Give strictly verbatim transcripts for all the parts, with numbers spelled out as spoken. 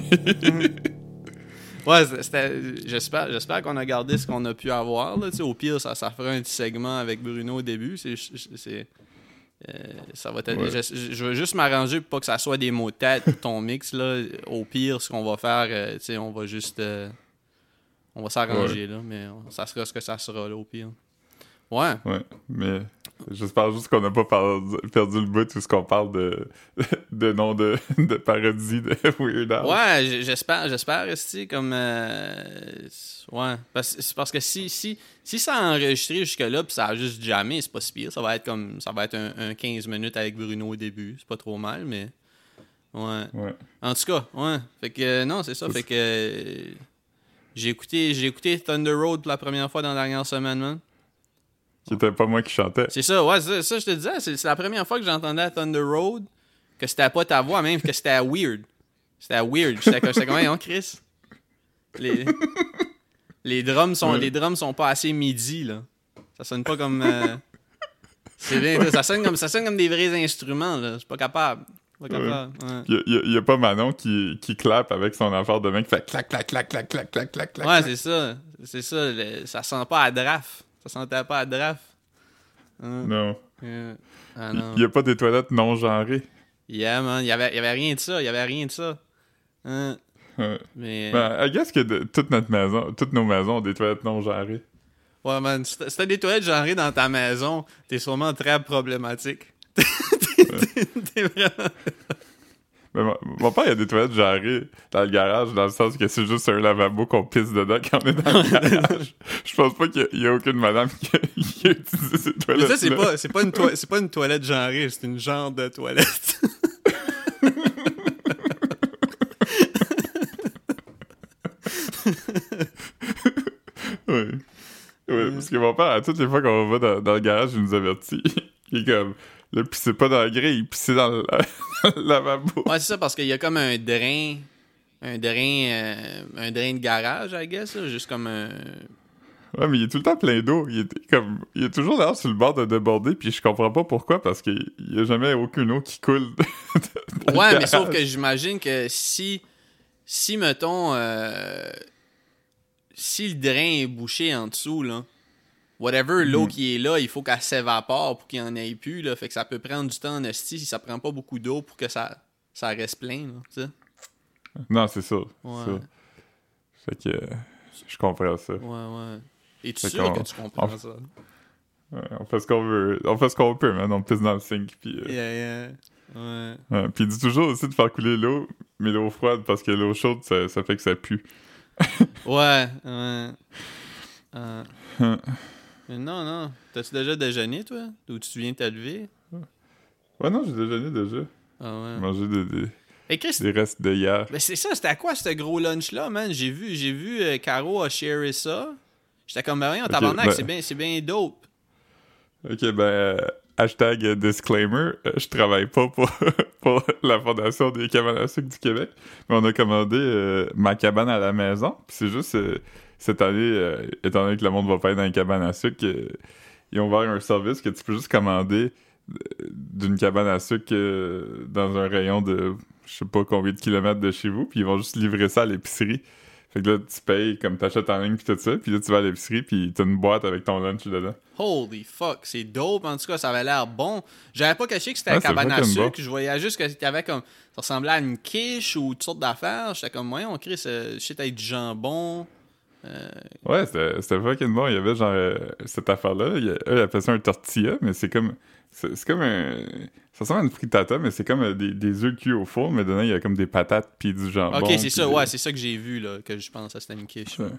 Ouais, c'était, j'espère, j'espère qu'on a gardé ce qu'on a pu avoir. Là, au pire, ça, ça fera un petit segment avec Bruno au début. C'est, c'est, euh, ça va être, ouais. je, je veux juste m'arranger pour pas que ça soit des mots de tête pour ton mix. Là. Au pire, ce qu'on va faire, euh, on va juste... Euh, on va s'arranger, ouais. là, mais ça sera ce que ça sera, là, au pire. Ouais. Ouais, mais j'espère juste qu'on n'a pas perdu, perdu le bout tout ce qu'on parle de, de nom de, de parodie de Weird Al. Ouais, j'espère, j'espère rester comme... Euh, ouais, parce, c'est parce que si, si, si ça a enregistré jusque-là pis ça a juste jamais, c'est pas si pire. Ça va être comme... Ça va être un, un quinze minutes avec Bruno au début. C'est pas trop mal, mais... Ouais. Ouais. En tout cas, ouais. Fait que, non, c'est ça. ça fait que... Euh, j'ai écouté, j'ai écouté Thunder Road pour la première fois dans la dernière semaine, man. C'était pas moi qui chantais. C'est ça, ouais, ça, ça je te disais, c'est, c'est la première fois que j'entendais Thunder Road, que c'était pas ta voix, même que c'était weird. C'était weird. J'étais comme, j'étais comme, hein, Chris? Les, les drums sont, ouais. les drums sont pas assez midi, là. Ça sonne pas comme... Euh, c'est bien, ça sonne comme, ça sonne comme des vrais instruments, là. Je suis pas capable. Pas capable. Ouais. Il ouais. y, y, y a pas Manon qui, qui clappe avec son affaire de main qui fait clac, clac, clac, clac, clac, clac, clac, clac. Ouais, c'est ça. C'est ça. Le, ça sent pas à draft. Ça sentait pas à draft. Hein? Non. Yeah. Ah, non. Il y a pas des toilettes non genrées. Yeah, man. Il y avait, il y avait rien de ça. Il y avait rien de ça. Hein? Ouais. Mais... Ben, I guess que de, toute notre maison, toutes nos maisons ont des toilettes non genrées. Ouais, man. Si t'as, si t'as des toilettes genrées dans ta maison, t'es sûrement très problématique. t'es, t'es, t'es vraiment... Mais mon, mon père, il y a des toilettes genrées dans le garage, dans le sens que c'est juste un lavabo qu'on pisse dedans quand on est dans le garage. Je pense pas qu'il y, a, il y a aucune madame qui a, qui a utilisé ces toilettes. Mais ça, c'est pas, c'est, pas une toi- c'est pas une toilette genrée, c'est une genre de toilette. Oui. Oui, parce que mon père, à toutes les fois qu'on va dans, dans le garage, il nous avertit. Il est comme, là, pissez pas dans la grille, il pissait dans le, dans le lavabo. Ouais, c'est ça, parce qu'il y a comme un drain, un drain, euh, un drain de garage, I guess, là, juste comme un... Ouais, mais il est tout le temps plein d'eau. Il est comme, il est toujours là sur le bord de déborder, puis je comprends pas pourquoi, parce qu'il y a jamais aucune eau qui coule. Ouais, mais garage. Sauf que j'imagine que si, si mettons, euh, si le drain est bouché en dessous, là, whatever, l'eau mm. qui est là, il faut qu'elle s'évapore pour qu'il n'y en ait plus, là. Fait que ça peut prendre du temps en esti si ça prend pas beaucoup d'eau pour que ça, ça reste plein, là, tu sais. Non, c'est ça. Ouais. ça. Fait que euh, je comprends ça. Ouais, ouais. Es-tu fait sûr que tu comprends on, ça? Ouais, on fait ce qu'on veut. On fait ce qu'on peut, man. On pisse dans le sink, puis... Euh, yeah, yeah. Ouais. ouais. Puis il dit toujours aussi de faire couler l'eau, mais l'eau froide, parce que l'eau chaude, ça, ça fait que ça pue. ouais, ouais. Euh... mais non, non. T'as-tu déjà déjeuné, toi? Ou tu viens de te lever? Ouais, non, j'ai déjeuné déjà. Ah ouais. J'ai mangé des, des, hey, Chris, des restes de hier. Ben c'est ça, c'était à quoi ce gros lunch-là, man? J'ai vu, j'ai vu euh, Caro a sharé ça. J'étais comme, ben rien, en okay, tabarnak, ben... c'est bien, c'est bien dope. Ok, ben, euh, hashtag euh, disclaimer, euh, je travaille pas pour, pour la Fondation des cabanes à sucre du Québec, mais on a commandé euh, ma cabane à la maison, puis c'est juste, euh, cette année, euh, étant donné que le monde va pas être dans les cabanes à sucre, euh, ils ont ouvert un service que tu peux juste commander d'une cabane à sucre euh, dans un rayon de je sais pas combien de kilomètres de chez vous, puis ils vont juste livrer ça à l'épicerie. Fait que là, tu payes comme t'achètes en ligne pis tout ça, puis là, tu vas à l'épicerie pis t'as une boîte avec ton lunch dedans. Holy fuck, c'est dope. En tout cas, ça avait l'air bon. J'avais pas caché que c'était ouais, un cabane à sucre. Bon. Je voyais juste que y avait comme... Ça ressemblait à une quiche ou toutes sortes d'affaires. J'étais comme, ouais, on crée ce shit avec du jambon. Euh... Ouais, c'était, c'était fucking bon. Il y avait genre euh, cette affaire-là. Il, eux, ils appellent ça un tortilla, mais c'est comme... C'est, c'est comme un... Ça ressemble à une frittata, mais c'est comme euh, des, des œufs cuits au four, mais dedans, il y a comme des patates pis du jambon. Ok, c'est ça, des... ouais, c'est ça que j'ai vu, là, que je pense que c'était une quiche. Ouais. Ouais.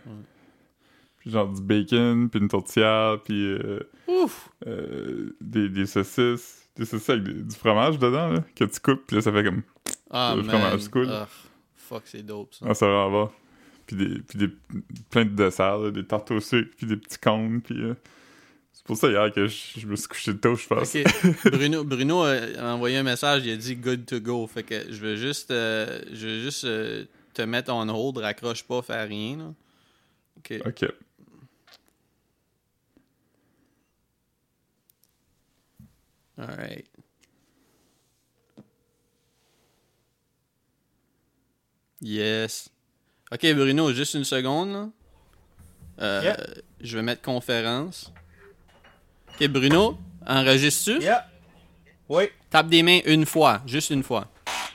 Puis genre du bacon, puis une tortilla, puis euh, Ouf! Euh, des, des saucisses. Des saucisses avec des, du fromage dedans, là, que tu coupes, puis là, ça fait comme... Ah, le man. fromage cool. Oh, fuck, c'est dope, ça. Ah, ça va avoir. Puis des, puis des plein de desserts, là, des tartes au sucre, puis des petits cônes, puis... Euh, c'est pour ça hier que je, je me suis couché tôt, je pense. Ok. Bruno, Bruno a envoyé un message, il a dit good to go. Fait que je veux juste, euh, je veux juste euh, te mettre on hold, raccroche pas, faire rien. Là. Ok. Ok. Alright. Yes. Ok, Bruno, juste une seconde, là. Euh, Yeah. Je vais mettre conférence. Ok, Bruno, enregistres-tu? Yeah. Oui. Tape des mains une fois, juste une fois.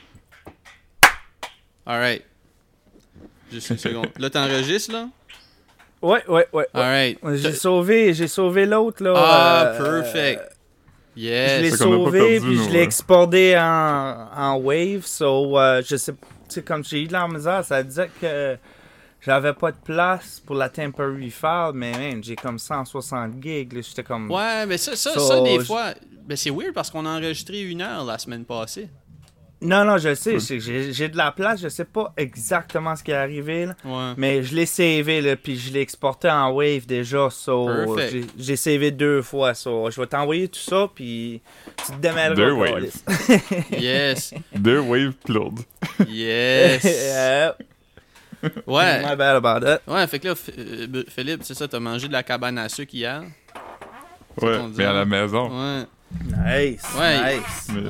Alright. Juste une seconde. Là, t'enregistres, là? Ouais, ouais, ouais. ouais. Alright. J'ai sauvé, j'ai sauvé l'autre, là. Ah, euh, perfect. Je Yes. l'ai Fait qu'on a pas sauvé, perdu, puis nous, je l'ai ouais. exporté en, en Wave, so, euh, je sais, tu sais, comme j'ai eu de la misère, ça disait que j'avais pas de place pour la temporary file, mais man, j'ai comme cent soixante gigs, là, j'étais comme... Ouais, mais ça, ça, So, ça des je- fois... Ben, c'est weird parce qu'on a enregistré une heure la semaine passée. Non, non, je le sais, c'est que j'ai j'ai de la place, je sais pas exactement ce qui est arrivé, là, Ouais. mais je l'ai savé, là, puis je l'ai exporté en Wave déjà, so, Perfect. j'ai- j'ai savé deux fois, so, je vais t'envoyer tout ça, puis tu te démêleras. Deux quoi, Wave. Alice. Yes. Deux wave upload. Yes. Yeah. Ouais. My bad about that. Ouais, fait que là, F- euh, B- Philippe, c'est ça, t'as mangé de la cabane à sucre hier? Ouais, qu'on dit, mais à hein. la maison. Ouais. Nice, Ouais. nice. Mais, Ouais.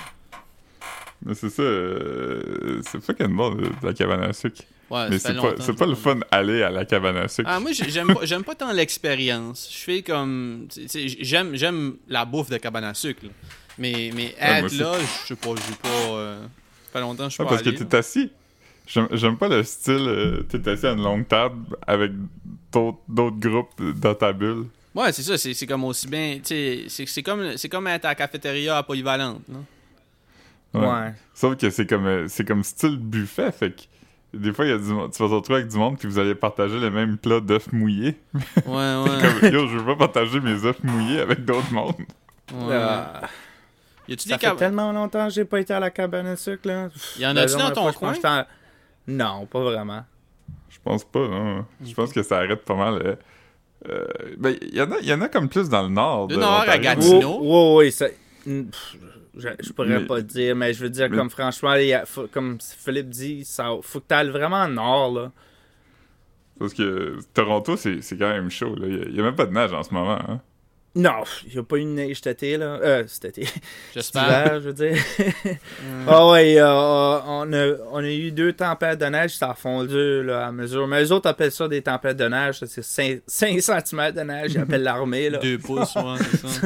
mais c'est ça, euh, c'est fucking bon de, de la cabane à sucre. Ouais, mais ça c'est fait pas, longtemps c'est que pas je le mange. fun aller à la cabane à sucre. Ah, moi, j'ai- j'aime pas, j'aime pas tant l'expérience. Je fais comme. tu sais, J'aime, j'aime la bouffe de cabane à sucre, là. Mais, mais moi être aussi. là, je sais pas, j'ai pas. Euh, ça fait longtemps que je suis Ouais, pas parce que allé, là. t'es assis. J'aime, j'aime pas le style, euh, t'es assis à une longue table avec d'autres, d'autres groupes dans ta bulle. Ouais, c'est ça, c'est, c'est comme aussi bien. Tu sais, c'est, c'est, comme, c'est comme être à la cafétéria à Polyvalente, là. Ouais. Sauf que c'est comme, euh, c'est comme style buffet, fait que des fois, il y a du monde, tu vas te retrouver avec du monde puis vous allez partager le même plat d'œufs mouillés. Ouais, ouais. Comme, yo, je veux pas partager mes œufs mouillés avec d'autres mondes. ouais. Ah, Y a-tu ça des fait cab... tellement longtemps que j'ai pas été à la cabane à sucre, là. Y en La a-tu dans dernière ton fois, je coin? pense que j'étais en- Non, pas vraiment. Je pense pas, non. Je pense que ça arrête pas mal. euh, euh, ben, il y en a, il y en a comme plus dans le nord. Le de nord, à l'Ontario, Gatineau. Oui, oui, oui, ça... Pff, Je, je pourrais Mais- pas dire, mais je veux dire, mais- comme franchement, il y a- faut- comme Philippe dit, ça, faut que t'ailles vraiment au nord, là. Parce que Toronto, c'est, c'est quand même chaud. Là. Il, y a, il y a même pas de neige en ce moment. Hein. Non, il y a pas eu de neige cet été, là. Euh, cet été. J'espère. Cet hiver, je veux dire. Ah ouais, euh, on, a, on a eu deux tempêtes de neige, ça a fondu là, à mesure. Mais les autres appellent ça des tempêtes de neige, ça, c'est cinq centimètres de neige, ils appellent l'armée, là. Deux pouces, ouais, c'est ça.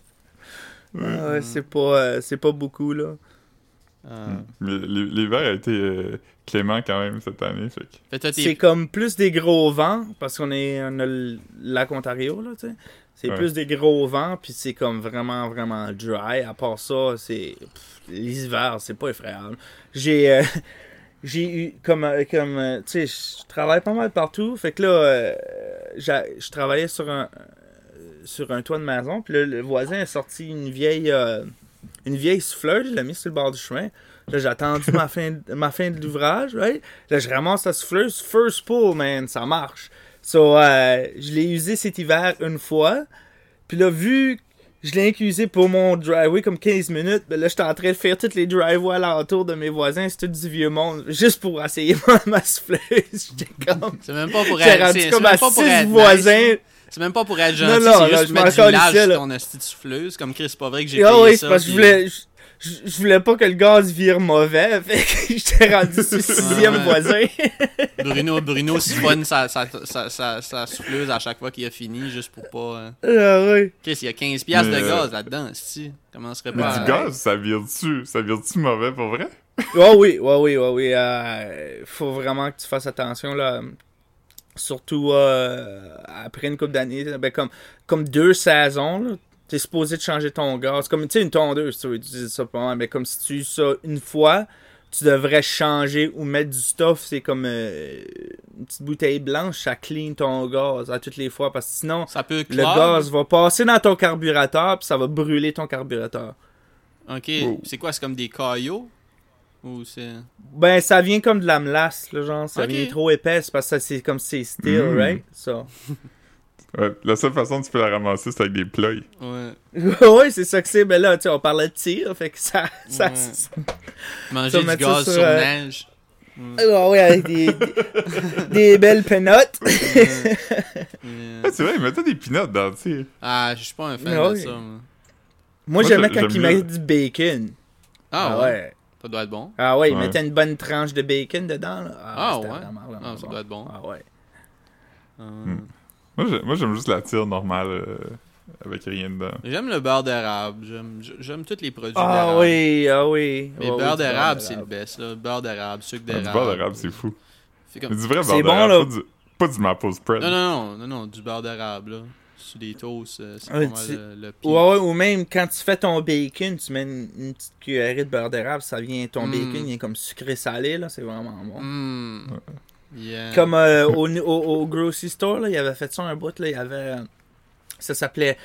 Ah ouais, c'est pas, euh, c'est pas beaucoup, là. Ah. Mais l'hi- l'hiver a été euh, clément quand même cette année. Fait que... Fait que toi, t'es- C'est comme plus des gros vents, parce qu'on est on a le lac Ontario, là, tu sais. C'est Ouais. plus des gros vents, puis c'est comme vraiment, vraiment dry. À part ça, c'est... pff, l'hiver, c'est pas effrayable. J'ai... euh, j'ai eu... Comme... euh, comme euh, tu sais, je travaille pas mal partout. Fait que là, euh, j'ai- je travaillais sur un... euh, sur un toit de maison, puis là, le voisin a sorti une vieille... euh, une vieille souffleuse, je l'ai mise sur le bord du chemin. Là, j'ai attendu ma fin, de- ma fin de l'ouvrage, right? Là, je ramasse la souffleuse. First pull, man, ça marche. So, euh, je l'ai usé cet hiver une fois. Puis là, vu que je l'ai usé pour mon driveway comme quinze minutes, ben là, j'étais en train de faire tous les driveways alentour de mes voisins. C'est tout du vieux monde, juste pour essayer ma, ma souffleuse. J'étais comme... C'est même pas pour J'ai être. rendu C'est, comme c'est à même pas pour six être voisins. nice, c'est même pas pour être gentil, Non, non, c'est là, juste je mettre m'en du village calissais, sur là. ton esti de souffleuse. Comme Chris, c'est pas vrai que j'ai Ah payé oui, c'est ça. parce que je puis- voulais... Je, je, je voulais pas que le gaz vire mauvais, fait que j'étais rendu sur le sixième ouais. voisin. Bruno, Bruno siphonne sa, sa, sa, sa, sa souffleuse à chaque fois qu'il a fini, juste pour pas... euh, Ah oui. Chris, il y a quinze piastres Mais, de euh, gaz là-dedans, si. Comment serait Mais pas... du gaz, ça vire-tu? Ça vire-tu mauvais pour vrai? Ouais, oui, ouais, oui, ouais, oui. Euh, faut vraiment que tu fasses attention, là. Surtout euh, après une couple d'années. Ben, comme, comme deux saisons, là. T'es supposé de changer ton gaz. Comme, tu sais, une tondeuse, tu veux utiliser ça pour moi. Mais comme si tu uses ça une fois, tu devrais changer ou mettre du stuff. C'est comme euh, une petite bouteille blanche, ça clean ton gaz à toutes les fois. Parce que sinon, Ça peut le clore. gaz va passer dans ton carburateur, puis ça va brûler ton carburateur. Ok, Oh. c'est quoi, c'est comme des caillots? Ou c'est... Ben, ça vient comme de la melasse, là, genre. Ça Ok. vient trop épaisse parce que ça, c'est comme c'est steel, Mm. right? Ça. Ouais, la seule façon que tu peux la ramasser, c'est avec des ploys. Ouais. ouais, c'est ça que c'est. Ben là, tu sais, on parlait de tir, fait que ça. ça, Ouais. ça- Manger Ça, du mettre ça gaz sur, sur, euh, neige. Ah ouais, avec des, des, des belles penottes. Ouais. Ah, c'est vrai, ils mettaient des peanuts dans le tir. Ah, je suis pas un fan Ouais. de ça, moi. Moi, Moi, j'aimais j'ai- quand j'aime ils mieux. mettent du bacon. Ah, ouais. ouais. Ça doit être bon. Ah ouais, ils Ouais. mettaient une bonne tranche de bacon dedans. Là. Ah, Ah, c'était ouais? vraiment, vraiment Ah, ça bon. doit être bon. Ah ouais. Euh, Moi, j'ai- moi, j'aime juste la tire normale euh, avec rien dedans. J'aime le beurre d'érable. J'aime, j'aime tous les produits Ah d'érable. oui, ah oui. Mais Ouais, beurre oui, du d'érable, c'est le best. Là. Beurre d'érable, sucre Ah, d'érable. du beurre d'érable, c'est fou. C'est comme... Mais du vrai C'est beurre bon, d'érable, là. pas du, pas du maple spread. Non, non, non, non, non, du beurre d'érable. Là. Sur des toasts, euh, c'est Ouais, pas mal tu- le, le pire. Ouais, ouais, ou même quand tu fais ton bacon, tu mets une, une petite cuillerée de beurre d'érable, ça vient, ton Mm. bacon, il est comme sucré-salé, là, c'est vraiment bon. Mm. Yeah. Comme euh, au, au, au grocery store, là, il avait fait ça un bout, là, il y avait, euh, ça s'appelait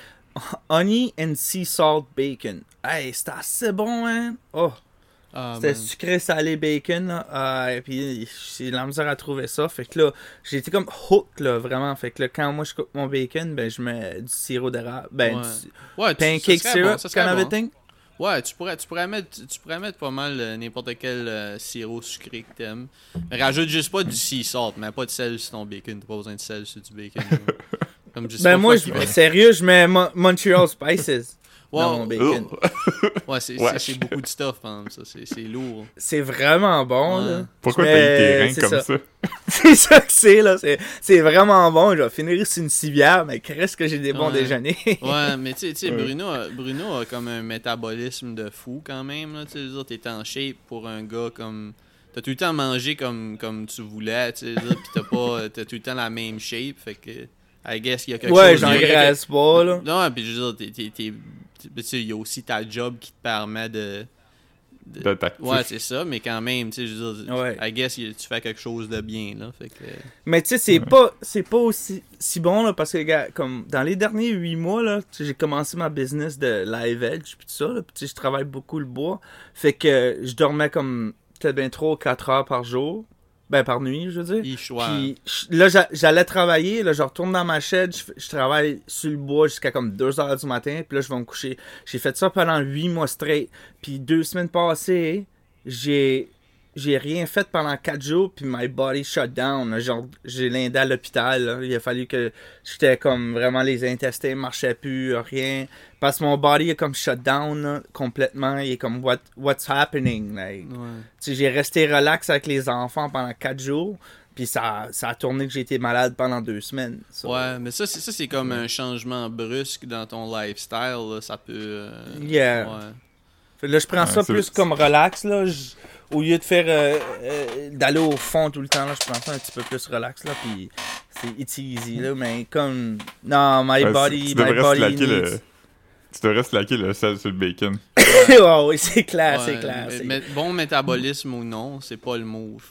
Honey and Sea Salt Bacon. Hey, c'était assez bon, hein? Oh, Ah, c'était man. sucré-salé bacon, là. Ah, et puis j'ai de la misère à trouver ça. Fait que là, j'ai été comme hooked, là, vraiment. Fait que là, quand moi je coupe mon bacon, ben je mets du sirop d'érable. Ben, Ouais. du Ouais, tu- pancake ça serait bon, syrup, ça serait kind of a bon. thing. Ouais, tu pourrais, tu pourrais mettre, tu pourrais mettre pas mal euh, n'importe quel euh, sirop sucré que t'aimes. Mais rajoute juste pas du sea salt, mais pas de sel sur ton bacon. T'as pas besoin de sel sur du bacon. là. Comme je sais Ben pas moi, quoi je, qui va- sérieux, je mets Mo- Montreal Spices Ouais, dans mon bacon. ouais, c'est, Ouais. c'est, c'est beaucoup de stuff, hein, ça. C'est, c'est lourd. C'est vraiment bon, Ouais. là. Pourquoi Je t'as eu mets- tes reins c'est comme ça. ça? C'est ça que c'est, là. C'est, c'est vraiment bon. Je vais finir sur une civière, mais qu'est-ce que j'ai des bons Ouais. déjeuners. Ouais, mais tu sais, tu sais, Ouais. Bruno, a- Bruno a comme un métabolisme de fou quand même. Là, tu sais, je veux dire, t'es en shape pour un gars comme. T'as tout le temps mangé comme, comme tu voulais, tu sais, je veux dire, pis t'as pas. T'as tout le temps la même shape, fait que. I guess qu'il y a quelque Ouais, chose. il y a- j'engraisse pas, là. Non, pis je veux dire, t'es. t'es, t'es- t'es- tu sais, il y a aussi ta job qui te permet de. de- D'être actif. Ouais, c'est ça, mais quand même, tu sais, je veux dire, Ouais. I guess il- tu fais quelque chose de bien, là, fait que. Mais tu sais, c'est pas c'est pas aussi si bon là parce que gars, comme dans les derniers huit mois là, tu sais, j'ai commencé ma business de live edge puis tout ça là, puis tu sais, je travaille beaucoup le bois, fait que je dormais comme peut-être bien trois ou quatre heures par jour, ben par nuit, je veux dire. Il choix. Puis je- là j'a- j'allais travailler, là je retourne dans ma shed, je, je travaille sur le bois jusqu'à comme deux heures du matin, puis là je vais me coucher. J'ai fait ça pendant huit mois straight, puis deux semaines passées, j'ai j'ai rien fait pendant quatre jours, puis my body shut down. là. Genre, j'ai l'indé à l'hôpital. là. Il a fallu que j'étais comme vraiment les intestins marchaient plus, rien. Parce que mon body est comme shut down là, complètement. Il est comme what what's happening. Like. Ouais. Tu sais, j'ai resté relax avec les enfants pendant quatre jours, puis ça, ça a tourné que j'ai été malade pendant deux semaines. So, Ouais, mais ça, c'est, ça, c'est comme un changement brusque dans ton lifestyle. Là. Ça peut. euh, Yeah. Ouais. Fait que là, je prends ça Ouais, c'est- plus comme relax, là. Je- au lieu de faire euh, euh, d'aller au fond tout le temps, là, je prends ça un petit peu plus relax, là. Puis c'est it's easy, là. Mais comme. Non, my Ouais, body. tu My devrais body slacker le... needs- Tu devrais slacker le sel sur le bacon. ouais, oui, c'est clair, Ouais, c'est clair. mais- c'est- mais bon métabolisme ou non, c'est pas le move.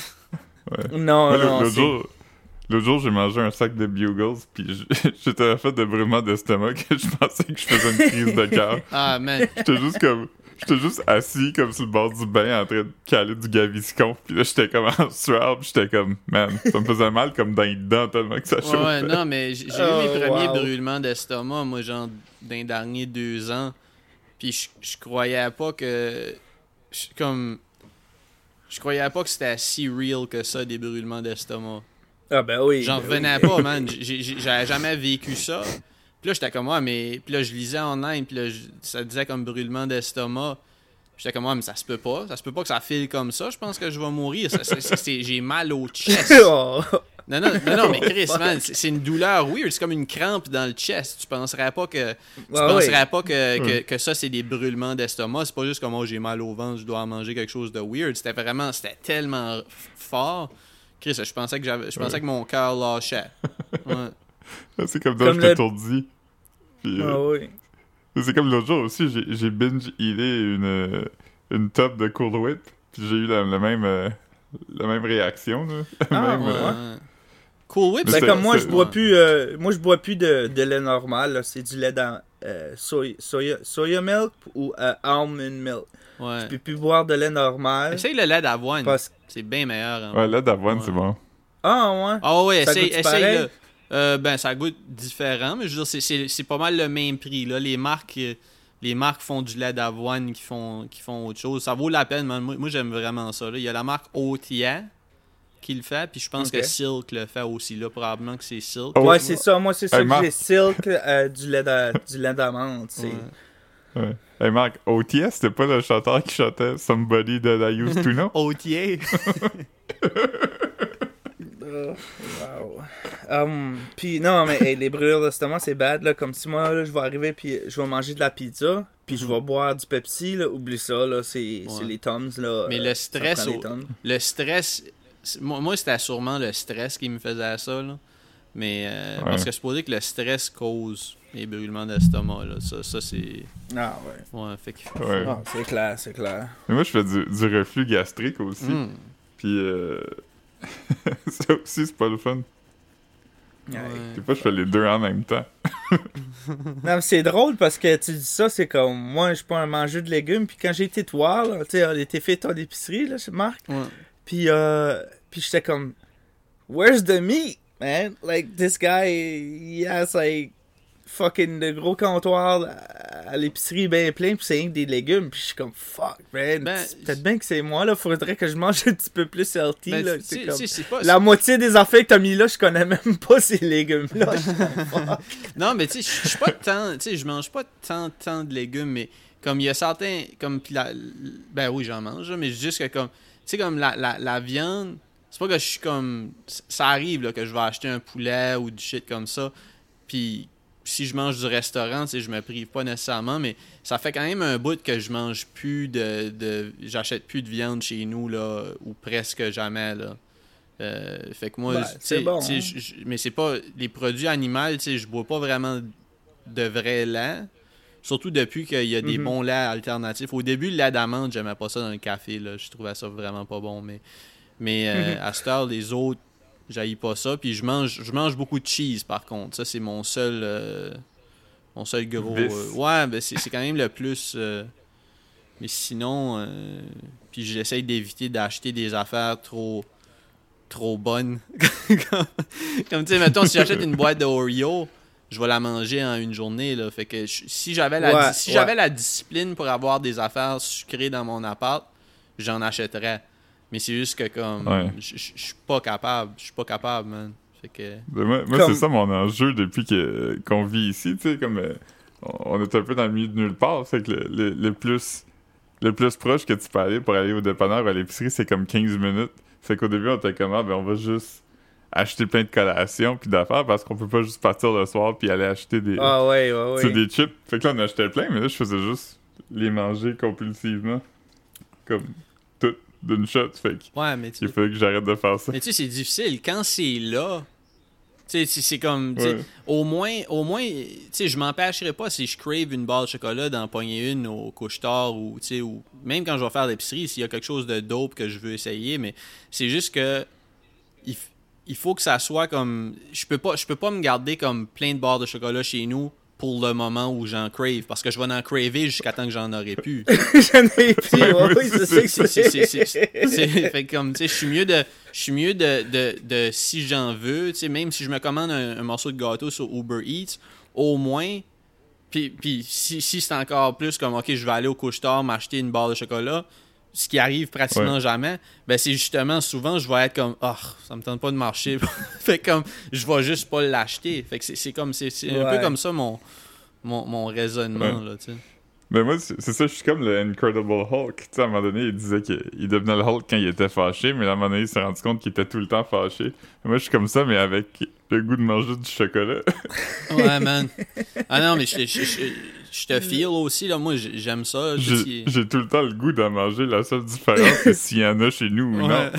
Non, Moi, non, L'autre c'est. jour, l'autre jour, j'ai mangé un sac de Bugles, puis j- j'étais en fait de brûlement d'estomac que je pensais que je faisais une crise de cœur. Ah, man. J'étais juste comme... J'étais juste assis comme sur le bord du bain en train de caler du Gaviscon. Puis là, j'étais comme en sueur. Puis j'étais comme, man, ça me faisait mal comme dans les dents tellement que ça Ouais, chauffait. ouais, non, mais j'ai j'ai Oh, eu mes premiers wow. brûlements d'estomac, moi, genre, dans les derniers deux ans. Puis je, je croyais pas que. je- comme. Je croyais pas que c'était si real que ça, des brûlements d'estomac. Ah, ben oui. J'en ben revenais oui. pas, man. J'ai- j'ai- J'avais jamais vécu ça. Puis là, j'étais comme, ouais, mais. Puis là, je lisais online, puis là, je- ça disait comme brûlement d'estomac. J'étais comme, ouais, mais ça se peut pas. Ça se peut pas que ça file comme ça. Je pense que je vais mourir. Ça- ça- c'est- c'est- J'ai mal au chest. Oh. Non, non, non, non, mais Chris, man, c'est c'est une douleur weird. C'est comme une crampe dans le chest. Tu penserais pas que. Tu Ouais, penserais ouais. pas que, que, que ça, c'est des brûlements d'estomac. C'est pas juste comme, oh, j'ai mal au ventre, je dois manger quelque chose de weird. C'était vraiment. C'était tellement fort. Chris, je pensais que j'avais. Je pensais Ouais. que mon cœur lâchait. Ouais. C'est comme ça, Comme j'étais le- étourdi. Puis, euh, Ah, oui. c'est comme l'autre jour aussi, j'ai, j'ai binge-eaté une, euh, une top de Cool Whip. Puis j'ai eu la, la même, euh, la même réaction. Là. Ah, Même, ouais. euh, Cool Whip, Mais Ben c'est- comme moi, c'est- je bois ouais. plus, euh, moi je bois plus de, de lait normal. là. C'est du lait dans euh, soya, soya, soya milk ou euh, almond milk. Ouais. Je peux plus boire de lait normal. Essaye le lait d'avoine. Parce... C'est bien meilleur. Hein. Ouais, là d'avoine, Ouais. c'est bon. Ah ouais. Ah ouais, Ça essaye, goûte-tu essaye pareil? le. Euh, ben, ça goûte différent, mais je veux dire, c'est- c'est c'est pas mal le même prix. Là. Les marques euh, les marques font du lait d'avoine qui font, qui font autre chose. Ça vaut la peine, man. Moi, moi, j'aime vraiment ça. Là. Il y a la marque Otia qui le fait, puis je pense Ok. que Silk le fait aussi. Là. Probablement que c'est Silk. Oh, Ouais, c'est ça. Moi, c'est ça Hey, que Marc. j'ai silk, euh, du lait d'a- du lait d'amande. c'est- Ouais. Ouais. Hey Marc, O T S, c'était pas le chanteur qui chantait Somebody That I Used To Know? O T A. Uh, wow. Um, puis non, mais hey, les brûlures d'estomac, c'est bad. Là, comme si moi, là, je vais arriver puis je vais manger de la pizza, puis je vais boire du Pepsi. Là, oublie ça, là, c'est, Ouais. c'est les Tums. Là, Mais euh, le stress, ça prend au- les Tums. le stress, c'est- moi, moi, c'était sûrement le stress qui me faisait ça, là. Mais euh, Ouais. parce que c'est supposé que le stress cause les brûlements d'estomac, là. Ça, ça c'est. Ah ouais. Ouais, fait que. Ouais. Ah, c'est clair, c'est clair. Mais moi, je fais du, du reflux gastrique aussi. Mm. Puis, euh... ça aussi, c'est pas le fun. Ouais. Des fois, je fais les deux en même temps. Non, mais c'est drôle parce que tu dis ça, c'est comme moi, je suis pas un mangeur de légumes. Puis quand j'ai été te voir, là, tu sais, on était fait ton épicerie, là, chez Marc. Ouais. Puis, euh, puis j'étais comme, where's the meat, man? Like, this guy, he has like fucking de gros comptoirs à, à l'épicerie bien plein, puis c'est rien que des légumes. Puis je suis comme, fuck, man. Ben, C'est peut-être bien que c'est moi, là. Faudrait que je mange un petit peu plus healthy, Ben, là. tu C'est sais- comme... tu sais, c'est pas. La moitié des affaires que t'as mis là, je connais même pas ces légumes-là. Je suis comme, fuck. Non, mais tu sais, je je suis pas tant. Tu sais, je mange pas tant, tant de légumes, mais comme il y a certains. Comme. pis la, ben oui, j'en mange, là, mais juste que comme. Tu sais, comme la, la, la viande. C'est pas que je suis comme. Ça arrive, là, que je vais acheter un poulet ou du shit comme ça. Puis. Si je mange du restaurant, tu sais, je me prive pas nécessairement, mais ça fait quand même un bout que je mange plus de. de j'achète plus de viande chez nous, là, ou presque jamais, là. Euh, fait que moi, Ben, tu sais, c'est bon, tu sais, hein. je- je- mais c'est pas. Les produits animaux, tu sais, je bois pas vraiment de vrai lait. Surtout depuis qu'il y a des Mhm. bons laits alternatifs. Au début, le lait d'amande, j'aimais pas ça dans le café, là. Je trouvais ça vraiment pas bon, mais. Mais euh, Mhm. à cette heure, les autres, j'haïs pas ça. Puis je mange, je mange beaucoup de cheese, par contre. Ça, c'est mon seul. euh, mon seul gros. Vice. euh, ouais, ben c'est c'est quand même le plus. euh, mais sinon. euh, puis j'essaye d'éviter d'acheter des affaires trop. trop bonnes. comme, comme tu sais, mettons, si j'achète une boîte de Oreo, je vais la manger en une journée, là. Fait que je- si j'avais la, Ouais, di- si ouais. j'avais la discipline pour avoir des affaires sucrées dans mon appart, j'en achèterais. Mais c'est juste que comme Ouais. je je- je suis pas capable, je suis pas capable, man. Fait que Ben, moi, moi, Comme- c'est ça mon enjeu depuis que, qu'on vit ici, tu sais, comme euh, on on est un peu dans le milieu de nulle part, fait que le, le, le plus le plus proche que tu peux aller pour aller au dépanneur ou à l'épicerie, c'est comme quinze minutes. Fait qu'au début, on était comme, ah, ben on va juste acheter plein de collations puis d'affaires parce qu'on peut pas juste partir le soir puis aller acheter des, Ah ouais, ouais, tu sais, ouais. des chips. Fait que là, on achetait plein, mais là, je faisais juste les manger compulsivement. Comme tout d'une shot. Fait que ouais, mais tu il fallait que j'arrête de faire ça. mais tu sais, c'est difficile. Quand c'est là, tu sais, c'est- c'est comme, tu sais, Ouais. au moins, au moins, tu sais, je m'empêcherais pas si je crave une barre de chocolat d'en pogner une au couche-tard ou, tu sais, ou même quand je vais faire l'épicerie, s'il y a quelque chose de dope que je veux essayer, mais c'est juste que il, f- il faut que ça soit comme, je peux pas, je peux pas me garder comme plein de barres de chocolat chez nous pour le moment où j'en crave, parce que je vais en craver jusqu'à temps que j'en aurai plus. J'en ai plus, ouais, Ouais, oui, c'est c'est ça que C'est- c'est- c'est- c'est. c'est- c'est- fait que comme, tu sais, je suis mieux de je suis mieux de, de, de si j'en veux, tu sais, même si je me commande un, un morceau de gâteau sur Uber Eats, au moins, puis, puis si, si c'est encore plus comme, ok, je vais aller au couche-tard m'acheter une barre de chocolat, ce qui arrive pratiquement Ouais. jamais, ben c'est justement, souvent, je vais être comme, oh, ça me tente pas de marcher, fait que comme, je vais juste pas l'acheter, fait que c'est c'est comme, c'est c'est un Ouais. peu comme ça mon, mon, mon raisonnement, Ouais. là, tu sais. Mais moi, c'est c'est ça, je suis comme le Incredible Hulk. Tu sais, à un moment donné, il disait qu'il devenait le Hulk quand il était fâché, mais à un moment donné, il s'est rendu compte qu'il était tout le temps fâché. Moi, je suis comme ça, mais avec le goût de manger du chocolat. Ouais, man. Ah non, mais je, je, je, je te feel aussi, là. Moi, j'ai- j'aime ça. Je J'ai dis- j'ai tout le temps le goût d'en manger. La seule différence, c'est s'il y en a chez nous ou non. Ouais.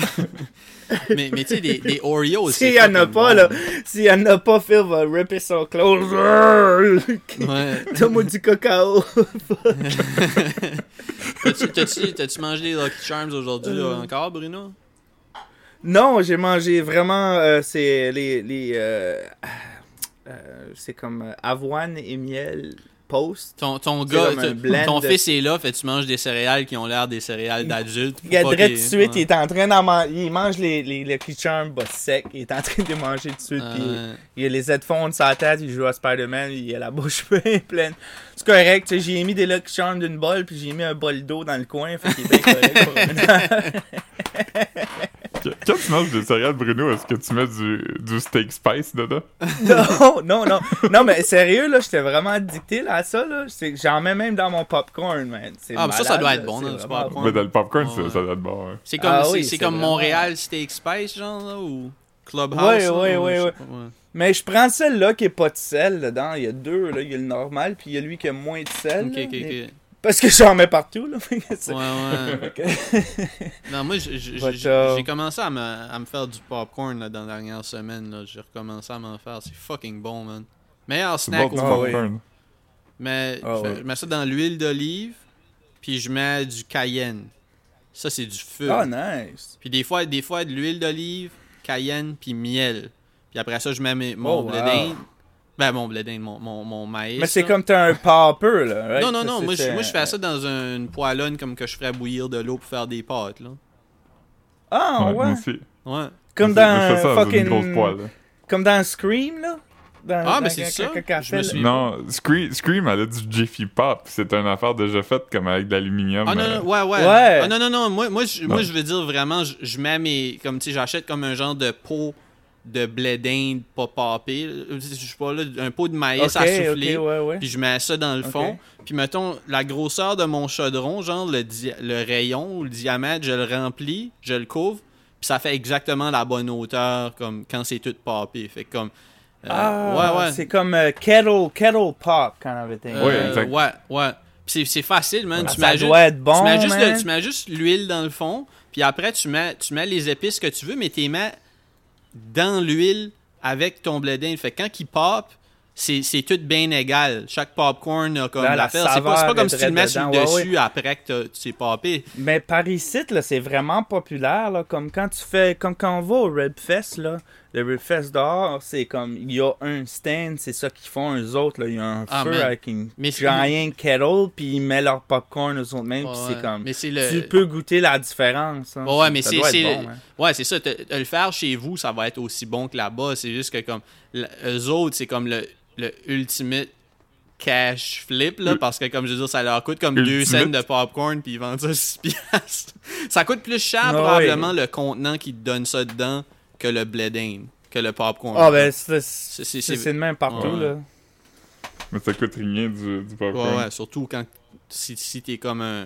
mais mais tu sais, des, des Oreos. S'il y en a pas, là, s'il y en a pas, Phil va ripper son clothes. Ouais. Donne-moi du cacao. T'as-tu, t'as-tu, t'as-tu mangé des Lucky Charms aujourd'hui, là, Euh. encore, Bruno? Non, j'ai mangé vraiment, euh, c'est les, les euh, euh, c'est comme euh, avoine et miel post. Ton, ton C'est gars, comme un t- blend ton de- fils est là, fait que tu manges des céréales qui ont l'air des céréales d'adultes. pour Regarde, pas direct qu'il- tout de suite, ouais. il est en train d'en manger, il mange les, les, les Lucky Charms, bas sec, il est en train de les manger tout de suite, Ah, puis ouais. il a les headphones sur la tête, il joue à Spider-Man, il a la bouche pleine, pleine. C'est correct, tu sais, j'ai mis des Lucky Charms d'une bol, puis j'ai mis un bol d'eau dans le coin, fait qu'il est bien correct. pour- Quand tu manges des céréales, Bruno, est-ce que tu mets du, du steak spice dedans? Non, non, non. Non, mais sérieux, là, j'étais vraiment addicté là, à ça. Là. C'est- J'en mets même dans mon popcorn, man. C'est Ah, mais ça, ça malade, doit là. être bon, C'est dans du vraiment popcorn. Mais dans le popcorn, Ouais, ça, ouais. ça doit être bon. Hein. C'est comme, Ah c'est, oui, c'est c'est comme vraiment- Montréal Steak Spice, genre, là, ou Clubhouse. Ouais, là, ouais, ou ouais, je sais ouais. pas, ouais. Mais je prends celle-là qui est pas de sel dedans. Il y a deux, là. Il y a le normal, puis il y a lui qui a moins de sel. Ok, là, ok, mais- ok. Parce que j'en mets partout, là. C'est- Ouais, ouais. Fait que- Non, moi, j'ai, j'ai, But, j'ai- uh, j'ai commencé à me, à me faire du popcorn là, dans la dernière semaine. Là. J'ai recommencé à m'en faire. C'est fucking bon, man. Meilleur C'est snack bon au du Ah, monde. oui. popcorn. Mais Ah, je fais- ouais. je mets ça dans l'huile d'olive, puis je mets du cayenne. Ça, c'est du feu. Ah, nice. Puis des fois, des fois de l'huile d'olive, cayenne, puis miel. Puis après ça, je mets mes- mon Oh, blé wow. d'Inde. Ben, mon blé d'Inde, mon, mon, mon maïs. Mais c'est là. comme t'as un popper, là. right? Non, non, non. Ça, Moi, je, c'est- moi, je fais ça dans une poêlonne comme que je ferais bouillir de l'eau pour faire des pâtes, là. Ah, Ouais, ouais. moi aussi. Ouais. Comme Moi, je dans fais ça dans une fucking. grosse poêle. là. Comme dans Scream, là. Dans, Ah, dans- mais c'est quand- ça. quand- quand elle Je me fait suis- le- Non, Scream, Scream, elle a du Jiffy Pop. C'est une affaire déjà faite comme avec de l'aluminium. Ah non, euh, non, ouais, ouais. Ouais. Ah non, non, non. Moi, moi, je, moi, Non. je veux dire vraiment, je, je mets mes. Comme, tu sais, j'achète comme un genre de pot de blé d'Inde pas papé. Je sais pas, là, un pot de maïs Ok, à souffler. ok, ouais, ouais. Puis je mets ça dans le Ok. fond. Puis mettons, la grosseur de mon chaudron, genre le, di- le rayon ou le diamètre, je le remplis, je le couvre. Puis ça fait exactement la bonne hauteur comme quand c'est tout papé. Fait que comme. euh, Ah, ouais, ouais. c'est comme euh, kettle, kettle pop, kind of a thing. Euh, Ouais, exact. Ouais, ouais. Puis c'est, c'est facile, man. Ah, tu, ça mets doit juste, être bon, tu, mets juste man. le- tu mets juste l'huile dans le fond. Puis après, tu mets, tu mets les épices que tu veux, mais tu les mets dans l'huile avec ton blé d'Inde. Fait que quand il pop, c'est, c'est tout bien égal. Chaque popcorn a comme Là, la l'affaire. C'est pas, c'est saveur pas comme est si tu le mets dedans. sur Ouais, le dessus après que t'as- tu t'es popé. Mais par ici, là, c'est vraiment populaire, là, comme quand tu fais, comme quand on va au Ribfest, là, le Ribfest dehors, c'est comme, il y a un stand, c'est ça qu'ils font eux autres, là, il y a un Ah, feu man. avec une Mais c'est- giant kettle, puis ils mettent leur popcorn eux autres mêmes, puis Ouais, c'est comme, mais c'est le- tu peux goûter la différence. hein. Ouais, ouais, mais Ça c'est. doit être c'est- bon, hein. Ouais, c'est ça. Te, te le faire chez vous, ça va être aussi bon que là-bas. C'est juste que, comme. l- Eux autres, c'est comme le, le ultimate cash flip, là. Mm. Parce que, comme je veux dire, ça leur coûte comme deux Ultimate. cents de popcorn, puis ils vendent ça six piastres. Ça coûte plus cher, Ah, probablement, le contenant qui te donne ça dedans que le blé d'Inde, que le popcorn. Ah, ben, c'est c'est- c'est c'est- c'est le même partout, Ouais. là. Mais ça coûte rien du, du popcorn. Ouais, ouais, surtout quand. Si, si t'es comme un.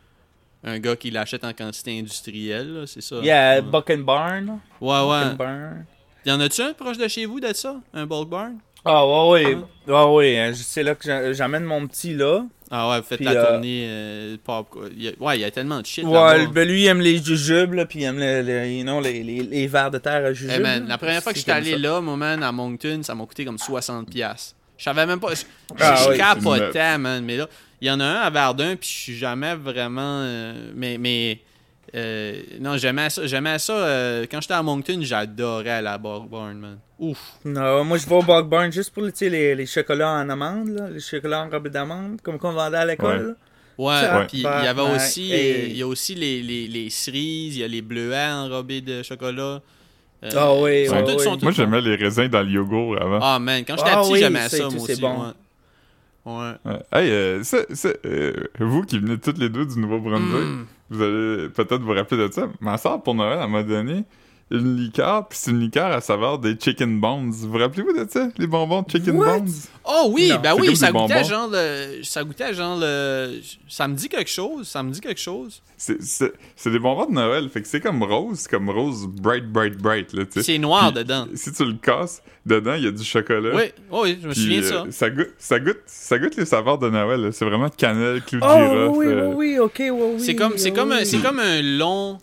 Un gars qui l'achète en quantité industrielle, là, c'est ça. Yeah, ouais. Buck and Barn, là. Ouais, ouais. Buck and Barn. Y en a-tu un proche de chez vous d'être ça? Un bulk barn? Ah, ouais, ouais. Ah, ouais, hein, c'est là que j'a- j'amène mon petit, là. Ah ouais, vous faites Puis, la euh, tournée euh, popcorn. Il y a- Ouais, il y a tellement de shit Ouais, là-bas. ben lui, il aime les jujubes, là, puis il aime le, le- you know, les, les, les vers de terre à jujubes. Hey, man, là. la première fois que C'est j'étais comme allé ça. là, moi, man, à Moncton, ça m'a coûté comme soixante piastres. Je savais même pas. Je Ah je oui, capotais, man. Mais là, il y en a un à Verdun, puis je suis jamais vraiment. euh, mais. mais euh, non, j'aimais ça. J'aimais ça euh, quand j'étais à Moncton, j'adorais la Bulk Barn, man. Ouf. Non, moi, je vais au Buck Barn juste pour tu sais, les, les chocolats en amande, là, les chocolats enrobés d'amande, comme qu'on vendait à l'école. là. Ouais, Ça, puis il y avait tabarnak. aussi, Hey. euh, il y a aussi les, les, les cerises, il y a les bleuets enrobés de chocolat. Euh, Ah oui, ils sont ouais, tous- ouais. sont tous Moi, bons. j'aimais les raisins dans le yogourt avant. Ah man, quand j'étais Ah petit, oui, j'aimais ça et ça, tout, moi c'est aussi. bon. Ouais. Ouais. Ouais. Hey, euh, ça- ça, euh, vous qui venez toutes les deux du Nouveau-Brunswick, Mm. vous allez peut-être vous rappeler de ça. Ma soeur, pour Noël, elle m'a donné une liqueur, puis c'est une liqueur à saveur des chicken bones. Vous vous rappelez-vous de ça? Les bonbons de chicken What? bones? Oh oui, Non. ben C'est oui, comme ça des goûtait bonbons. genre le. Ça goûtait genre le. Ça me dit quelque chose, ça me dit quelque chose. C'est, c'est, c'est des bonbons de Noël, fait que c'est comme rose, comme rose bright, bright, bright, là, tu sais. C'est noir Puis, dedans. Si tu le casses, dedans, il y a du chocolat. Oui, oh oui, je me Puis, souviens de ça. euh, ça, goûte, ça, goûte, ça goûte les saveurs de Noël, là. C'est vraiment cannelle, clou de Oh, girofle. oui, euh, oui, oui, ok, oui, oui. C'est comme, c'est oui, comme, un, oui. c'est comme un long.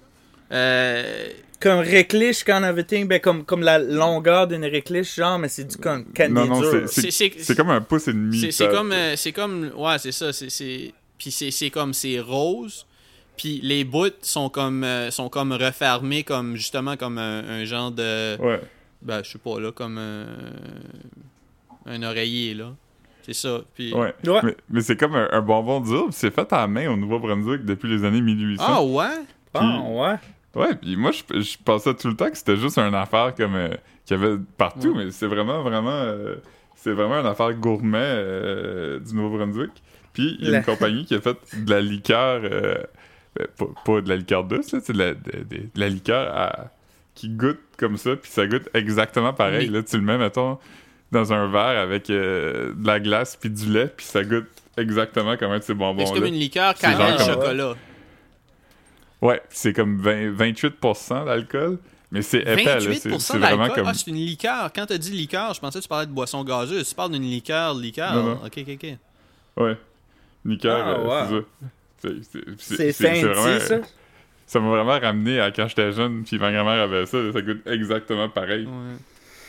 Euh, Comme récliche quand on avait été, ben, comme, comme la longueur d'une récliche, genre, mais c'est du comme canné Non, non, dur. c'est, C'est- c'est, c'est- c'est comme un pouce et demi. c'est, c'est ça- comme, euh, c'est comme, ouais, c'est ça, c'est, c'est, puis c'est, c'est comme, c'est rose. Puis les bouts sont comme, euh, sont comme refermés, comme justement comme un, un genre de, Ouais. ben je sais pas là, comme un, un oreiller là. C'est ça. Puis Ouais. Ouais. Mais, mais c'est comme un, un bonbon dur, puis c'est fait à la main au Nouveau-Brunswick depuis les années mille huit cents. ah ouais. Ah, ouais. Ouais, puis moi, je, je pensais tout le temps que c'était juste une affaire comme euh, qu'il y avait partout, Ouais. mais c'est vraiment, vraiment... euh, c'est vraiment une affaire gourmet euh, du Nouveau-Brunswick. Puis il y a La- une compagnie qui a fait de la liqueur... euh, euh, pas, pas de la liqueur douce, là, c'est de la, de, de- de la liqueur à, qui goûte comme ça, puis ça goûte exactement pareil. Mais... Là, tu le mets, mettons, dans un verre avec euh, de la glace puis du lait, puis ça goûte exactement comme un de ces bonbons-là. C'est comme une liqueur C'est genre cannelle comme- chocolat. Ouais, puis c'est comme vingt, vingt-huit pour cent d'alcool, mais c'est épais, là. vingt-huit C'est, pour cent c'est vraiment d'alcool? comme... Ah, c'est une liqueur. Quand t'as dit liqueur, je pensais que tu parlais de boisson gazeuse. Tu parles d'une liqueur, liqueur. Non, non. Ok, ok, ok. Ouais. Liqueur, Ah, euh, wow. c'est ça. C'est, c'est, c'est, C'est c'est fancy, vraiment- ça. Ça m'a vraiment ramené à quand j'étais jeune, puis ma grand-mère avait ça, ça goûte exactement pareil. Ouais.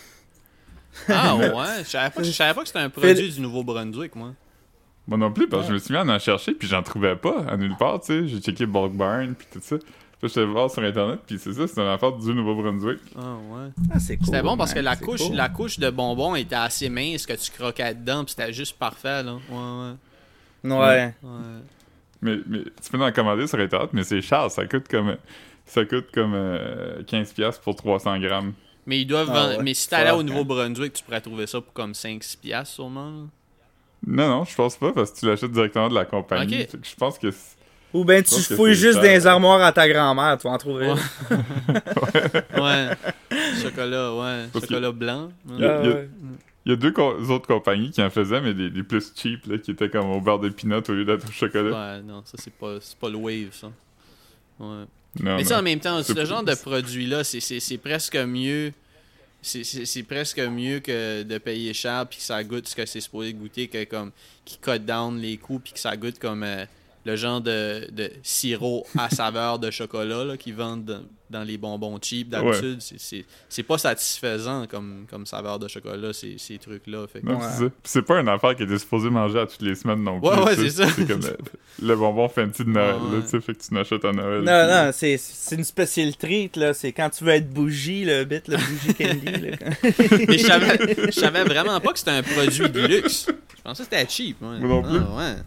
Ah ouais, je savais pas, je savais pas que c'était un produit du Nouveau-Brunswick, moi. Moi non plus, parce que Ouais. je me suis mis à en chercher, puis j'en trouvais pas à nulle part, tu sais. J'ai checké Bulk Barn, puis tout ça. Puis je suis allé voir sur Internet, puis c'est ça, c'est une affaire du Nouveau-Brunswick. Ah ouais. Ah, c'est cool. C'était bon parce que man, la c'est couche, cool. la couche de bonbons était assez mince que tu croquais dedans, puis c'était juste parfait, là. Ouais, Ouais. ouais. ouais. Mais, mais tu peux en commander sur Internet, mais c'est cher, ça coûte comme... Ça coûte comme euh, quinze piastres pour trois cents grammes. Mais ils doivent Ah vendre- ouais. Mais si t'allais au Fuck, Nouveau-Brunswick, tu pourrais trouver ça pour comme cinq six piastres, sûrement. Là. Non, non, je pense pas, parce que tu l'achètes directement de la compagnie. Ok. Fait que je pense que... c'est- Ou ben tu pense que fouilles c'est juste cher. dans les armoires à ta grand-mère, tu vas en trouver. Ouais. ouais. Chocolat, ouais. Parce que- Chocolat blanc. Il y a- Ah, il y a- ouais. Il y a deux co- autres compagnies qui en faisaient, mais des, des plus cheap, là, qui étaient comme au beurre de peanut au lieu d'être au chocolat. Ouais, non, ça c'est pas, c'est pas le wave, ça. Ouais. Non, Mais tu sais, non. en même temps, C'est ce pas- genre de produit-là, c'est, c'est, c'est presque mieux. C'est, c'est, c'est presque mieux que de payer cher puis que ça goûte ce que c'est supposé goûter, que comme qui cut down les coûts puis que ça goûte comme euh, le genre de, de sirop à saveur de chocolat là, qu'ils vendent dans, dans les bonbons cheap d'habitude. C'est, c'est, c'est pas satisfaisant comme, comme saveur de chocolat, ces, ces trucs-là. Fait que- Non, Ouais. c'est ça. Puis c'est pas une affaire qui était supposée manger à toutes les semaines non plus. Ouais, ouais, tu sais. c'est ça. C'est comme le, le bonbon fancy de Noël, Ouais, là, ouais. tu sais, fait que tu n'achètes à Noël. Non, puis- non, c'est, c'est une special treat, là. C'est quand tu veux être bougie, le bit, le bougie candy, là. Mais je savais, je savais vraiment pas que c'était un produit de luxe. Je pensais que c'était cheap. Ouais. Moi non plus. Ah, ouais.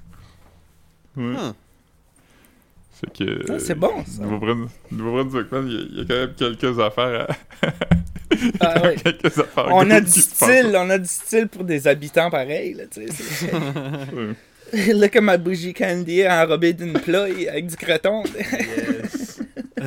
Ouais. Huh. Fait que... Ah, c'est bon, ça. Nouveau-Brun- Nouveau-Brunswick, man, il y, a- il y a quand même quelques affaires à... Ah, ouais. quelques affaires On a good du qui se passent. style, on a du style pour des habitants pareils, là, tu sais. c'est- Ouais. Là, comme ma bougie candy enrobée d'une ploie avec du croton. Yes.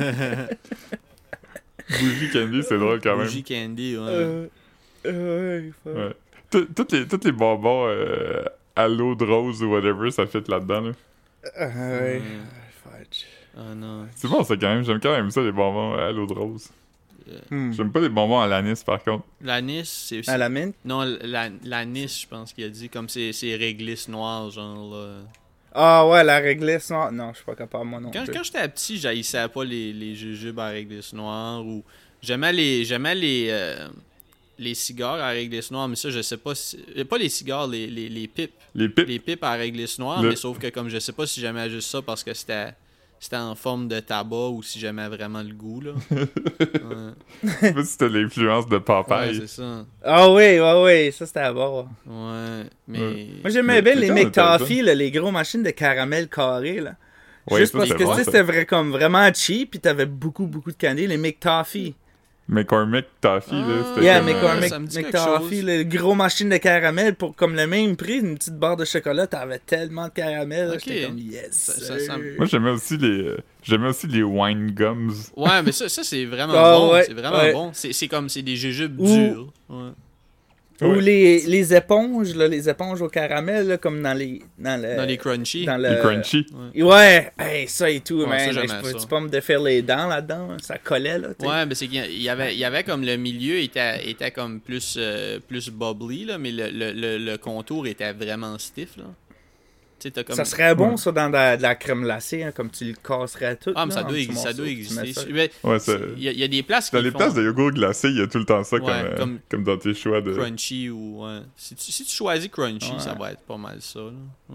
Bougie candy, c'est drôle quand même. Bougie candy, ouais. Euh, euh, ouais, fuck. Ouais. Tout- Toutes les, toutes les bonbons euh, à l'eau de rose ou whatever, ça fit là-dedans. Là. Ah, ouais. Ouais. Fudge. Ah non. C'est bon, ça, quand même. J'aime quand même ça, les bonbons à l'eau de rose. Hmm. J'aime pas les bonbons à l'anis, par contre. L'anis, c'est aussi. À la mine? Non, la- l'anis, je pense qu'il a dit, comme c'est, c'est réglisse noire, genre. Là. Ah ouais, la réglisse noire. Non, je suis pas capable, moi non Quand, plus. quand j'étais petit, j'haïssais pas les, les jujubes à réglisse noire ou. J'aimais les. J'aimais les. euh, les cigares à réglisse noire, mais ça, je sais pas si. euh, Pas les cigares, les, les, les pipes. Les pipes. Les pipes à réglisse noire, Le- mais sauf que comme je sais pas si j'aimais juste ça parce que c'était. C'était en forme de tabac ou si j'aimais vraiment le goût, là. Ouais, Je sais pas si c'était l'influence de ouais Popeye. c'est ça. Ah oui, ouais, ouais, ça c'était à bord. Ouais, mais. Ouais. Moi j'aimais Mais- bien mais les quand on était McToffee, là, les gros machines de caramel carré, là. Ouais, Juste ça, parce c'était que bon, tu sais, ça. c'était vrai, comme vraiment cheap, pis t'avais beaucoup, beaucoup de candy. Les McToffee. McCormick Toffee, là, Ah, c'était Yeah, comme, McCormick, euh, ça me dit quelque McToffee, chose. le gros machine de caramel pour comme le même prix, une petite barre de chocolat, t'avais tellement de caramel, là, Ok. j'étais comme yes. Ça- ça- ça me- Moi, j'aimais aussi les... euh, J'aimais aussi les wine gums. Ouais, mais ça, ça c'est vraiment Ah, bon. ouais, c'est vraiment ouais. bon. C'est, c'est comme c'est des jujubes Ou- durs. Ouais. Ou Ouais. les, les éponges, là, les éponges au caramel, là, comme dans les... Dans, le, Dans les crunchy. dans le- Les crunchy. Ouais, hey, ça et tout, Ouais, man. ça, Hey, j'aimais je peux-tu ça. pas me défaire les dents là-dedans? Hein? Ça collait, là, tu sais. Ouais, mais c'est qu'il y a- il y avait, il y avait comme le milieu était, était comme plus, euh, plus bubbly, là, mais le, le, le, le contour était vraiment stiff. Là. Tu sais, t'as comme... Ça serait bon, Ouais. ça, dans de la, de la crème glacée, hein, comme tu le casserais tout. Ah, mais là, ça en doit, petits ex- ça morceaux, doit tu mets exister. ça. Mais Ouais, c'est- ça- Il y, a- il y a des places qui Dans les font places de yogourt glacé, il y a tout le temps ça Ouais, comme, euh, comme- comme dans tes choix de... crunchy ou... Ouais. Si, tu, si tu choisis crunchy, Ouais. ça va être pas mal ça. Là. Ouais.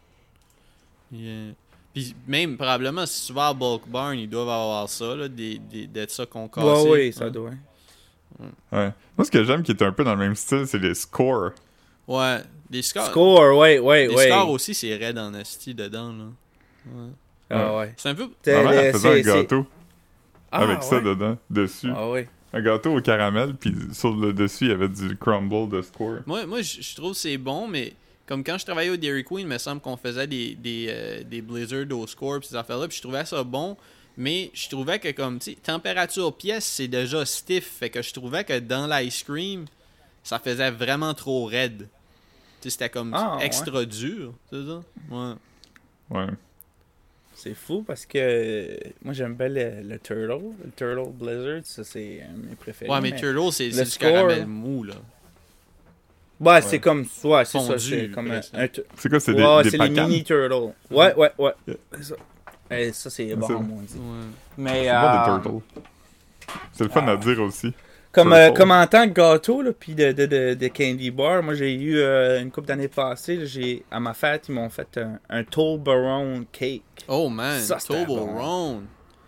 Yeah. Puis même, probablement, si tu vas à Bulk Barn, ils doivent avoir ça, là, des, des, d'être ça qu'on casse. Ouais, ouais, ça doit. Ouais. Moi, ce que j'aime qui est un peu dans le même style, c'est les scores. Ouais, des scores. Score, ouais, ouais, Des ouais. scores aussi, c'est raide en esti dedans, là. Ouais. Ah, ouais. C'est un peu... T'es- Ma mère, elle faisait un c'est- c'est- gâteau Ah, avec ça ouais. dedans, dessus. Ah, ouais. Un gâteau au caramel, puis sur le dessus, il y avait du crumble de score. Moi, moi je je trouve que c'est bon, mais comme quand je travaillais au Dairy Queen, il me semble qu'on faisait des, des, euh, des blizzards au score pis ces affaires-là, puis je trouvais ça bon, Mais je trouvais que comme, tu sais, température pièce, c'est déjà stiff. Fait que je trouvais que dans l'ice cream, ça faisait vraiment trop raide. Tu sais, c'était comme Ah, extra ouais. dur, c'est ça? Ouais. Ouais. C'est fou parce que euh, moi j'aime bien le, le Turtle. Le Turtle Blizzard, ça c'est un de mes préférés. Ouais, mais Turtle, c'est le c'est du score- caramel mou, là. Ouais, Ouais. c'est comme. Ouais, c'est ça. Fondu, C'est comme un. presque. un tu- C'est quoi, c'est ouais, des, c'est des les pacanes? mini Turtles. Ouais, ouais, ouais. Yeah. C'est ça. Eh, ça, c'est C'est bon, bon. mon dit. Ouais. Mais. C'est euh, bon, des turtles. C'est le fun ah. à dire aussi. Comme, Turtle. euh, comme en tant que gâteau, là, puis de, de, de, de candy bar, moi j'ai eu euh, une couple d'années passées, là, j'ai, à ma fête, ils m'ont fait un, un Toblerone cake. Oh man, Ça, c'était Toblerone.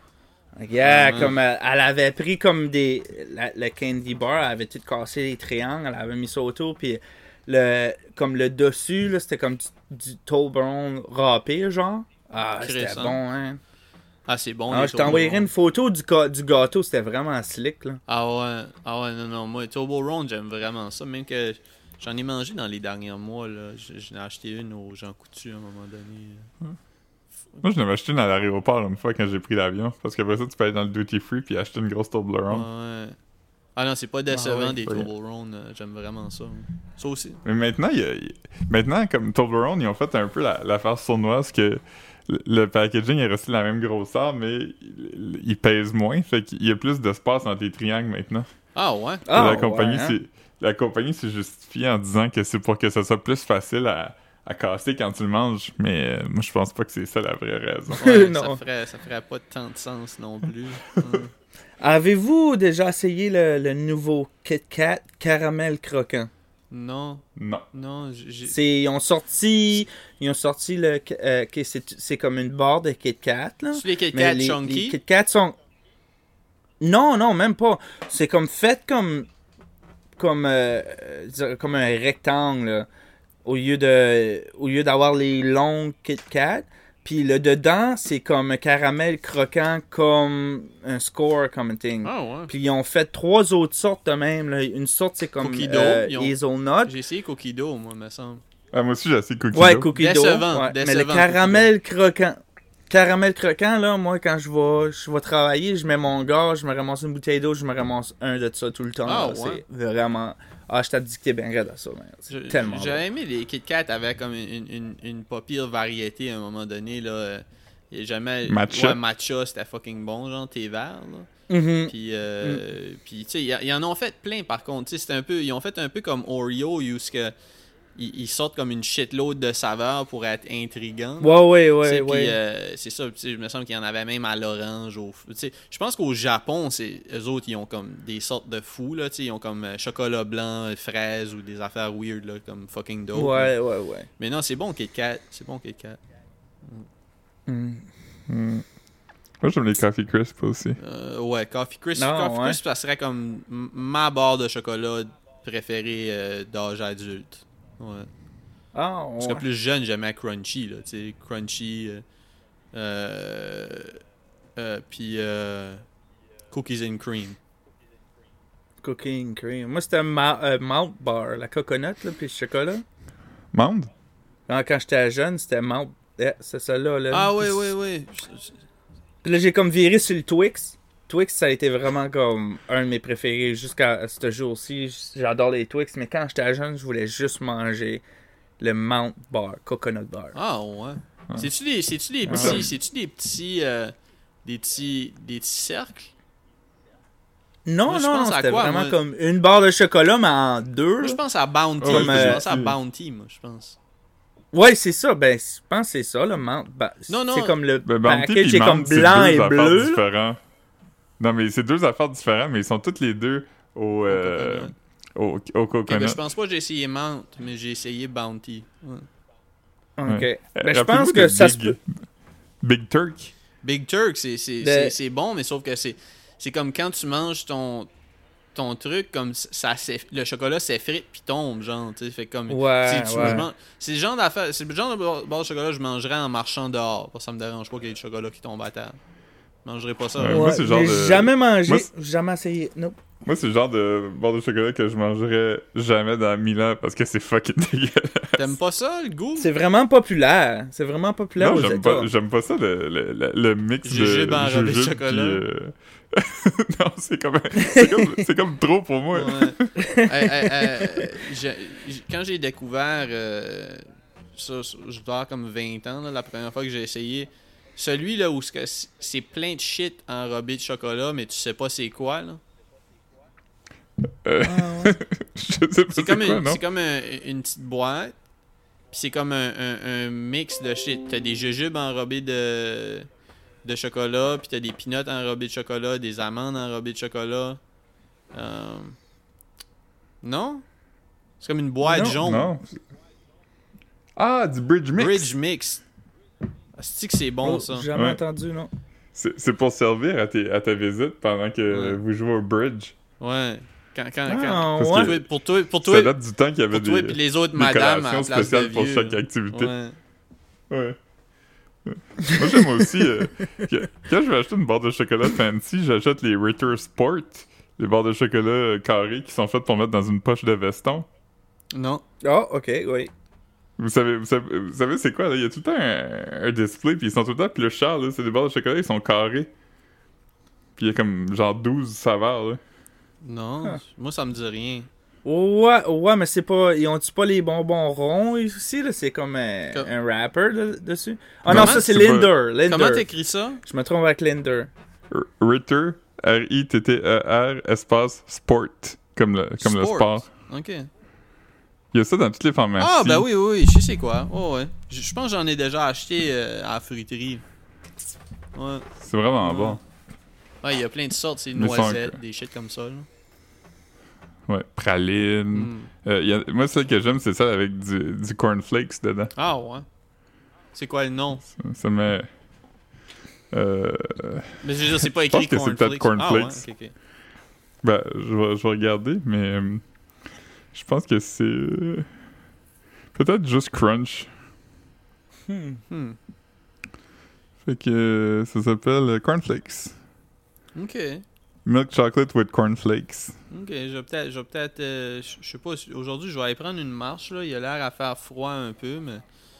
Yeah, Mhm. comme euh, elle avait pris comme des. La, le candy bar, elle avait tout cassé les triangles, elle avait mis ça autour, puis le, comme le dessus, là, c'était comme du, du Toblerone râpé, genre. Ah, c'était Crissant. bon, hein. Ah, c'est bon. Ah, les je t'envoyerai Toblerone. une photo du, ga- du gâteau, c'était vraiment slick, là. Ah ouais, ah ouais, non, non, moi, Toblerone, j'aime vraiment ça, même que j'en ai mangé dans les derniers mois, là. J- J'en ai acheté une au Jean Coutu à un moment donné. Moi, je l'avais acheté dans l'aéroport une fois quand j'ai pris l'avion. Parce qu'après ça, tu peux aller dans le duty free puis acheter une grosse Toblerone. Ouais. Ah non, c'est pas décevant Ah ouais. des Ouais. Toblerone, euh, j'aime vraiment ça. Ça aussi. Mais maintenant, il y a- il- maintenant, comme Toblerone, ils ont fait un peu la- l'affaire sournoise que le, le packaging est resté la même grosseur, mais il, il pèse moins. Fait qu'il y a plus d'espace dans tes triangles maintenant. Ah ouais? Ah, la, compagnie, ouais, hein? s'est- la compagnie s'est justifiée en disant que c'est pour que ça soit plus facile à, à casser quand tu le manges. Mais euh, moi, je pense pas que c'est ça la vraie raison. Ouais, Non. ça, ferait, ça ferait pas tant de sens non plus. Ouais. Avez-vous déjà essayé le, le nouveau Kit Kat caramel croquant? Non, Non. non, j'ai... C'est, ils ont sorti, ils ont sorti le, euh, que c'est, c'est comme une barre de Kit Kat, là. Tu les Kit Mais Kat les, chunky? les Kit Kat sont, non, non, même pas. C'est comme fait comme, comme, euh, euh, comme un rectangle, là. Au lieu de, au lieu d'avoir les longs Kit Kat. Puis le dedans, c'est comme un caramel croquant, comme un score, comme un thing. Ah ouais. Puis ils ont fait trois autres sortes de même. Là. Une sorte, c'est comme Cookie dough, euh, ils ont- hazelnut. J'ai essayé Cookie Dough, moi, me semble. Ah, moi aussi, j'ai assez cookie Ouais, dough. cookie dough. Décevant, ouais. Mais le décevant, caramel croquant. Caramel croquant, là, moi, quand je vais, je vais travailler, je mets mon gars, je me ramasse une bouteille d'eau, je me ramasse un de ça tout le temps. Ah, là. ouais. C'est vraiment... Ah, je t'ai dit que t'es bien raide à ça, man. C'est Je- tellement J'aurais bon. aimé les Kit Kat avaient comme une, une, une pas pire variété à un moment donné, là. Euh, Il y a jamais... Matcha. Ouais, matcha, c'était fucking bon, genre, thé vert, là. Mhm. Puis, euh, puis tu sais, ils ils en ont fait plein, par contre. Tu sais, c'était un peu... Ils ont fait un peu comme Oreo, où ce que... Ils, ils sortent comme une shitload de saveurs pour être intrigants. Ouais, ouais, Tu sais, ouais, puis, ouais. euh, c'est ça, tu sais, il me semble qu'il y en avait même à l'orange. Au... tu sais, je pense qu'au Japon, c'est eux autres, ils ont comme des sortes de fous, là, tu sais, ils ont comme euh, chocolat blanc, euh, fraise ou des affaires weird, là, comme fucking dope. là. Ouais, ouais, ouais. Mais non, c'est bon Kit Kat, c'est bon Kit Kat. Mm. Hmm. Moi, j'aime les Coffee Crisp aussi. Euh, ouais, Coffee Crisp, Non, Coffee ouais. Crisp, ça serait comme m- ma barre de chocolat préférée euh, d'âge adulte. Ouais. Ah, Parce ouais. que plus jeune, j'aimais Crunchy, là, tu sais, Crunchy, euh, euh, euh, puis euh, Cookies and Cream. Cookie and cream. Moi, c'était ma euh, Malt Bar, la coconut, là, puis le chocolat. Monde? Quand, quand j'étais jeune, c'était Malt. Eh, c'est ça là. là. Ah oui, Puis- oui, oui. Puis là, j'ai comme viré sur le Twix. Twix, ça a été vraiment comme un de mes préférés jusqu'à ce jour-ci. J'adore les Twix, mais quand j'étais jeune, je voulais juste manger le Malt Bar, Coconut Bar. Ah ouais. C'est-tu des, c'est-tu des Ah. petits, c'est-tu des petits, euh, des petits, des petits cercles? Non, Moi, je non, pense à c'était quoi, vraiment moi? comme une barre de chocolat, mais en deux. Moi, je là. pense à Bounty. Ouais, je mais- pense à Bounty, moi, je pense. Ouais, c'est ça. Ben, je pense que c'est ça, le Malt. Ba- Non, non. C'est comme le Ben, Bounty package, pis c'est comme Mount, c'est blanc deux et affaires bleu. là. différents. Non, mais c'est deux affaires différentes, mais ils sont toutes les deux au, euh, au, au Ok, ben, coconut. je pense pas que j'ai essayé Mount, mais j'ai essayé Bounty. Ouais. Ok. Ouais. Ben, Euh, je rappelez-vous pense de que ça se Big- peut. Big Turk. Big Turk, c'est, c'est, De- c'est, c'est bon, mais sauf que c'est, c'est comme quand tu manges ton, ton truc, comme ça, s'eff- le chocolat s'effrite puis tombe, genre, tu sais, fait comme... Ouais, si tu- ouais. je mange- c'est le genre d'affaire, c'est le genre de barre barre de chocolat que je mangerais en marchant dehors, parce que ça me dérange pas qu'il y ait du chocolat qui tombe à terre. Je mangerais pas ça. Ouais, là. moi, c'est le genre j'ai de- jamais mangé, moi, c'est- jamais essayé. Nope. Moi, c'est le genre de barre de chocolat que je mangerais jamais dans mille ans parce que c'est fucking dégueulasse. T'aimes pas ça, le goût? C'est vraiment populaire. C'est vraiment populaire Non, aux j'aime États. pas, j'aime pas ça, le, le, le, le mix Jujube de enrobé de jujube chocolat. puis, euh, non, c'est comme, c'est comme, c'est comme trop pour moi. Ouais. Euh, euh, euh, j'ai- j'ai- quand j'ai découvert euh, ça, ça, je dois avoir comme vingt ans, là, la première fois que j'ai essayé, celui là où ce que c- c'est plein de shit enrobé de chocolat, mais tu sais pas c'est quoi, là. Euh, Ah, ouais. je sais pas c'est C'est comme, quoi, une, non? c'est comme un- une petite boîte, puis c'est comme un, un- un mix de shit. T'as des jujubes enrobés de, de chocolat, puis t'as des peanuts enrobés de chocolat, des amandes enrobées de chocolat. Euh, Non? C'est comme une boîte Non, jaune. Non. Ah, du Bridge Mix. Bridge Mix. C'est que c'est bon, Oh, ça. j'ai jamais Ouais. entendu, non. C'est c'est pour servir à, tes, à ta visite pendant que Ouais. vous jouez au Bridge. Ouais. Quand, quand, Ah, quand... Parce ouais. que Pour toi, pour ça toi, date du temps qu'il y avait pour toi des, et les autres des madames à la collations place de spéciales pour vieux. chaque activité. Ouais. Ouais. Ouais. Moi, j'aime aussi euh, que quand je vais acheter une barre de chocolat fancy, j'achète les Ritter Sport, les barres de chocolat euh, carrées qui sont faites pour mettre dans une poche de veston. Non. Ah, ok, oui. Vous savez, vous savez, vous savez c'est quoi, là? Il y a tout le temps un, un display, puis ils sont tout le temps plus chers, là. C'est des barres de chocolat, ils sont carrés. Puis il y a comme genre douze saveurs, là. Non. Ah. Moi, ça me dit rien. Ouais, ouais, mais c'est pas. Ils ont-tu pas les bonbons ronds aussi, là? C'est comme un, Com- un wrapper de- dessus. Ah Comment non, ça c'est c'est pas- Linder. Linder. Comment t'écris ça? Je me trompe avec Linder. R- Ritter, R I T T E R, espace sport, comme le, comme le sport. Ok. Il y a ça dans toutes les pharmacies. Ah, ben oui, oui, oui, je sais c'est quoi. Oh, ouais. Je je pense que j'en ai déjà acheté euh, à la fruiterie. Ouais. C'est vraiment Ouais. bon. Ouais, il y a plein de sortes, c'est Mais sans- noisettes, des shit comme ça, là. Ouais, praline. Mm. Euh, il y a- moi, celle que j'aime, c'est celle avec du, du cornflakes dedans. Ah, ouais. C'est quoi le nom? Ça met. Euh, Mais je veux dire, c'est pas Je pense écrit que c'est peut-être cornflakes. cornflakes. Ah, ouais, ok, ok. ben, je vais, je vais regarder, mais. euh, je pense que c'est. euh, peut-être juste crunch. Hmm. Hmm. Fait que euh, ça s'appelle euh, cornflakes. Ok. Milk chocolate with cornflakes. Ok, je vais peut-être. Je vais peut-être. euh, je je sais pas. Aujourd'hui, je vais aller prendre une marche, là. Il a l'air à faire froid un peu, mais.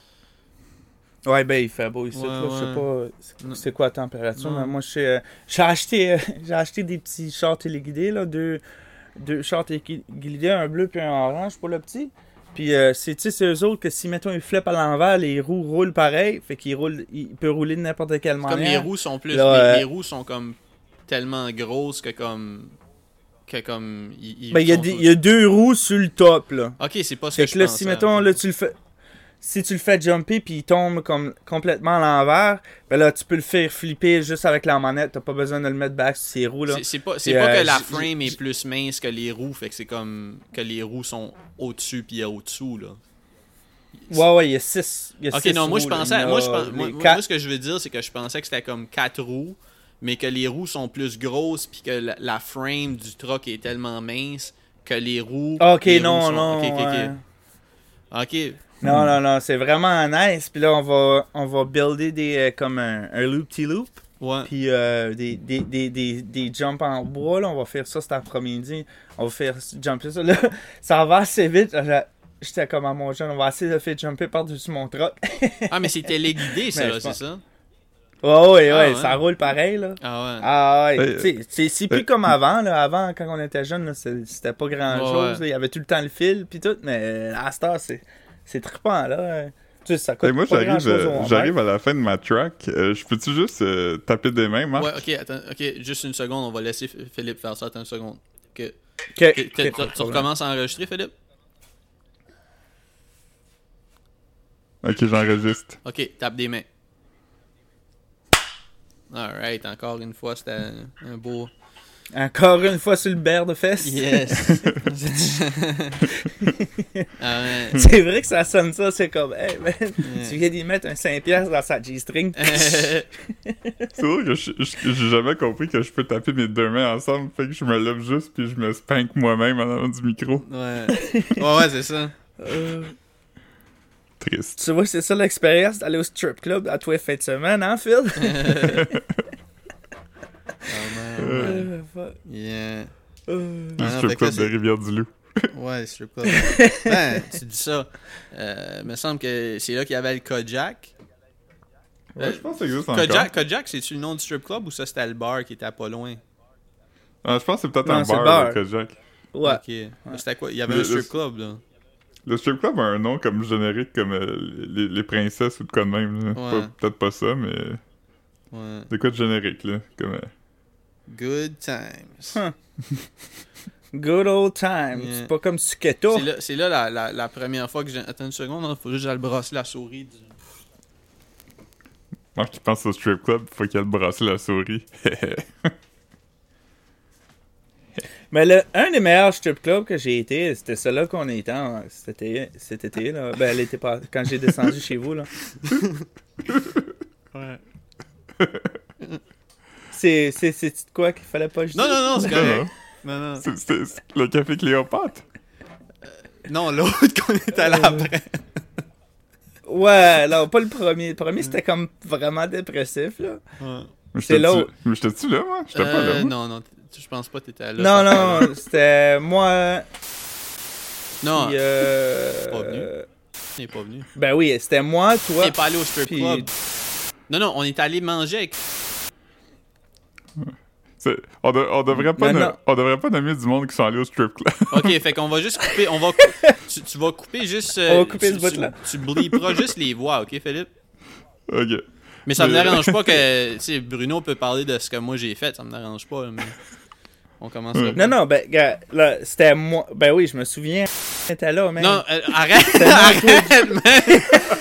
Ouais, ben il fait beau ici. Ouais, là, Je sais ouais. pas c'est- Non. c'est quoi la température, Non. mais moi je sais, euh, j'ai acheté euh, j'ai acheté des petits shorts téléguidés, là, deux, deux shorts téléguidés, un bleu puis un orange pour le petit. Puis euh, c'est, tu sais, c'est eux autres que si, mettons, ils flippent à l'envers, les roues roulent pareil, fait qu'ils roulent, ils peuvent rouler de n'importe quelle Comme les manière. roues sont plus. Là, les, euh, les roues sont comme tellement grosses que comme. Que comme. Ils, ils Ben il y, a sont des- tous- il y a deux roues sur le top, là. Ok, c'est pas ce Fait que que je là, pensais. si, mettons, là, tu le fais... Si tu le fais jumper puis il tombe comme complètement à l'envers, ben là, tu peux le faire flipper juste avec la manette. T'as pas besoin de le mettre back sur ses roues, là. C'est- C'est pas, c'est Puis, pas euh, que la j- frame j- est plus mince que les roues, fait que c'est comme que les roues sont au-dessus puis au-dessous, là. Ouais, ouais, il y a six. Il y a Ok, six non, moi je roues, là. pensais, Il y en moi, a je pense- les moi, moi, quatre- moi, ce que je veux dire, c'est que je pensais que c'était comme quatre roues, mais que les roues sont plus grosses puis que la, la frame du truck est tellement mince que les roues. Ah, ok, les non, roues sont- non. Ok, ok, ok. ouais. Ok. Non, non, non, c'est vraiment nice. Puis là, on va, on va builder des, euh, comme un, un loop-ti-loop. Ouais. Puis euh, des, des, des, des, des jumps en bois, là. On va faire ça cet après-midi. On va faire jumper ça. Là, ça va assez vite. Là, j'étais comme à mon jeune, on va essayer de le faire jumper par-dessus mon truck. Ah, mais c'est téléguidé, ça, Mais là, je c'est pense- ça? Ouais, ouais, ouais, Ah, ouais. ça roule pareil, là. Ah ouais. Ah ouais, Euh, tu sais, c'est, c'est plus euh, comme avant, là. Avant, quand on était jeune, là, c'est- c'était pas grand-chose. Ouais. là. Il y avait tout le temps le fil, puis tout, mais euh, à cette heure, c'est, c'est trippant, là. Tu sais, ça coûte Hey, moi, pas j'arrive, grand-chose euh, au j'arrive mètre. à la fin de ma track. Euh, je peux-tu juste euh, taper des mains, Marc? Ouais, ok, attends, ok, juste une seconde, on va laisser F- Philippe faire ça, attends une seconde. Ok. Ok, Ok, ok, tu- pas de tu, tu problème. recommences à enregistrer, Philippe? Ok, j'enregistre. Ok, tape des mains. Alright, encore une fois, c'était un, un beau. Encore une fois sur le beurre de fesses. Yes! ah ouais. C'est vrai que ça sonne ça, c'est comme, hey man, tu viens d'y mettre un cinq piastres dans sa G-string. C'est vrai que je- je- j'ai jamais compris que je peux taper mes deux mains ensemble, fait que je me lève juste puis je me spank moi-même en avant du micro. ouais. Ouais, ouais, c'est ça. Euh, Triste. tu vois, c'est ça l'expérience d'aller au strip club à tous les fins de semaine, hein, Phil? Ah, man, ouais. Euh, fuck. Yeah. Euh, Le Ah, strip fait que club là, de c'est- Rivière-du-Loup. Ouais, strip club. Ben, tu dis ça. Euh, me semble que c'est là qu'il y avait le Kojak. Ouais, je pense que ça existe Kojak, encore. Kojak, c'est-tu le nom du strip club ou ça c'était le bar qui était pas loin? Ah, je pense que c'est peut-être Non, un c'est le bar, bar. le Kojak. Ouais. Ok. C'était quoi? Il y avait Le- un strip le- club, là. Le strip club a un nom comme générique, comme euh, les, les princesses ou de quoi de même. Là. Ouais. Pas- Peut-être pas ça, mais Ouais. c'est quoi de générique, là? Comme, euh, Good times. Huh. Good old times. Yeah. C'est pas comme Suketo. C'est là, c'est là la, la, la première fois que j'ai... Attends une seconde, il faut juste que j'aille brasser la souris. du- Moi, qui pense au strip club, faut qu'elle brasse la souris. Mais le, un des meilleurs strip clubs que j'ai été, c'était celui-là qu'on était en, cet été, cet été, là. Ben, l'été pas, quand j'ai descendu chez vous, là. Ouais. C'est, c'est, c'est quoi qu'il fallait pas que je Non, dise? non, non, c'est Non, correct. non. Non, non. C'est- C'était c'est le café Cléopâtre. Non, l'autre qu'on est allé après. Ouais, non, pas le premier. Le premier, c'était comme vraiment dépressif, là. Ouais. Mais C'est j'étais-tu- l'autre. Mais j'étais-tu là, moi? J'étais pas là, Euh, moi. non, non, t- je pense pas que t'étais là. Non, ça. non, c'était moi. Non, puis, euh, pas venu. il est pas venu. Ben oui, c'était moi, On toi. est pas allé au strip puis- club. Non, non, on est allé manger avec... C'est- On, de- on devrait pas Mais no- non. on devrait pas nommer du monde qui sont allés au strip club. Ok, fait qu'on va juste couper, on va... cou- tu, tu vas couper juste... euh, On va couper tu, ce bout tu- là. Tu bliperas juste les voix, ok, Philippe? Ok. Mais ça me Mais- dérange pas que... Tu sais, Bruno peut parler de ce que moi j'ai fait, ça me dérange pas, mais... On commence Ouais. Non, non, ben, gars, là, c'était moi. Ben oui, je me souviens. T'étais là, man. Non, euh, arrête, arrête, man!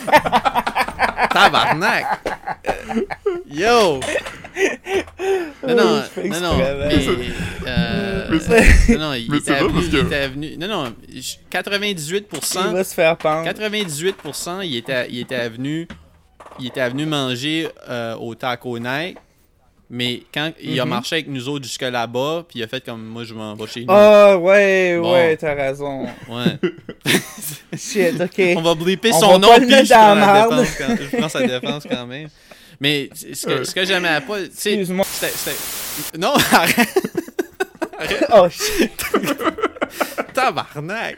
Tabarnak! Yo! Non, non, je fais non, non, exprès, man. mais... euh, Mais c'est- non, non, il mais était c'est drôle venu, parce que- il était venu... Non, non, je- quatre-vingt-dix-huit pour Il cent... va se faire pendre. quatre-vingt-dix-huit pour cent, il était, il était venu... Il était venu manger euh, au Taco Night, mais quand il a Mhm. marché avec nous autres jusque là-bas, puis il a fait comme moi je m'en vais chez nous. Ah, ouais, Bon. ouais, t'as raison. Ouais. Shit, ok. On va blipper On son va nom, pas le puis mettre je dans prends, la la marde. défense quand, je prends sa défense quand même. Mais ce que, ce que j'aimais pas, tu sais, Excuse-moi. c'était- c'était- Non, arrête! Arrête! Oh, shit. Tabarnak!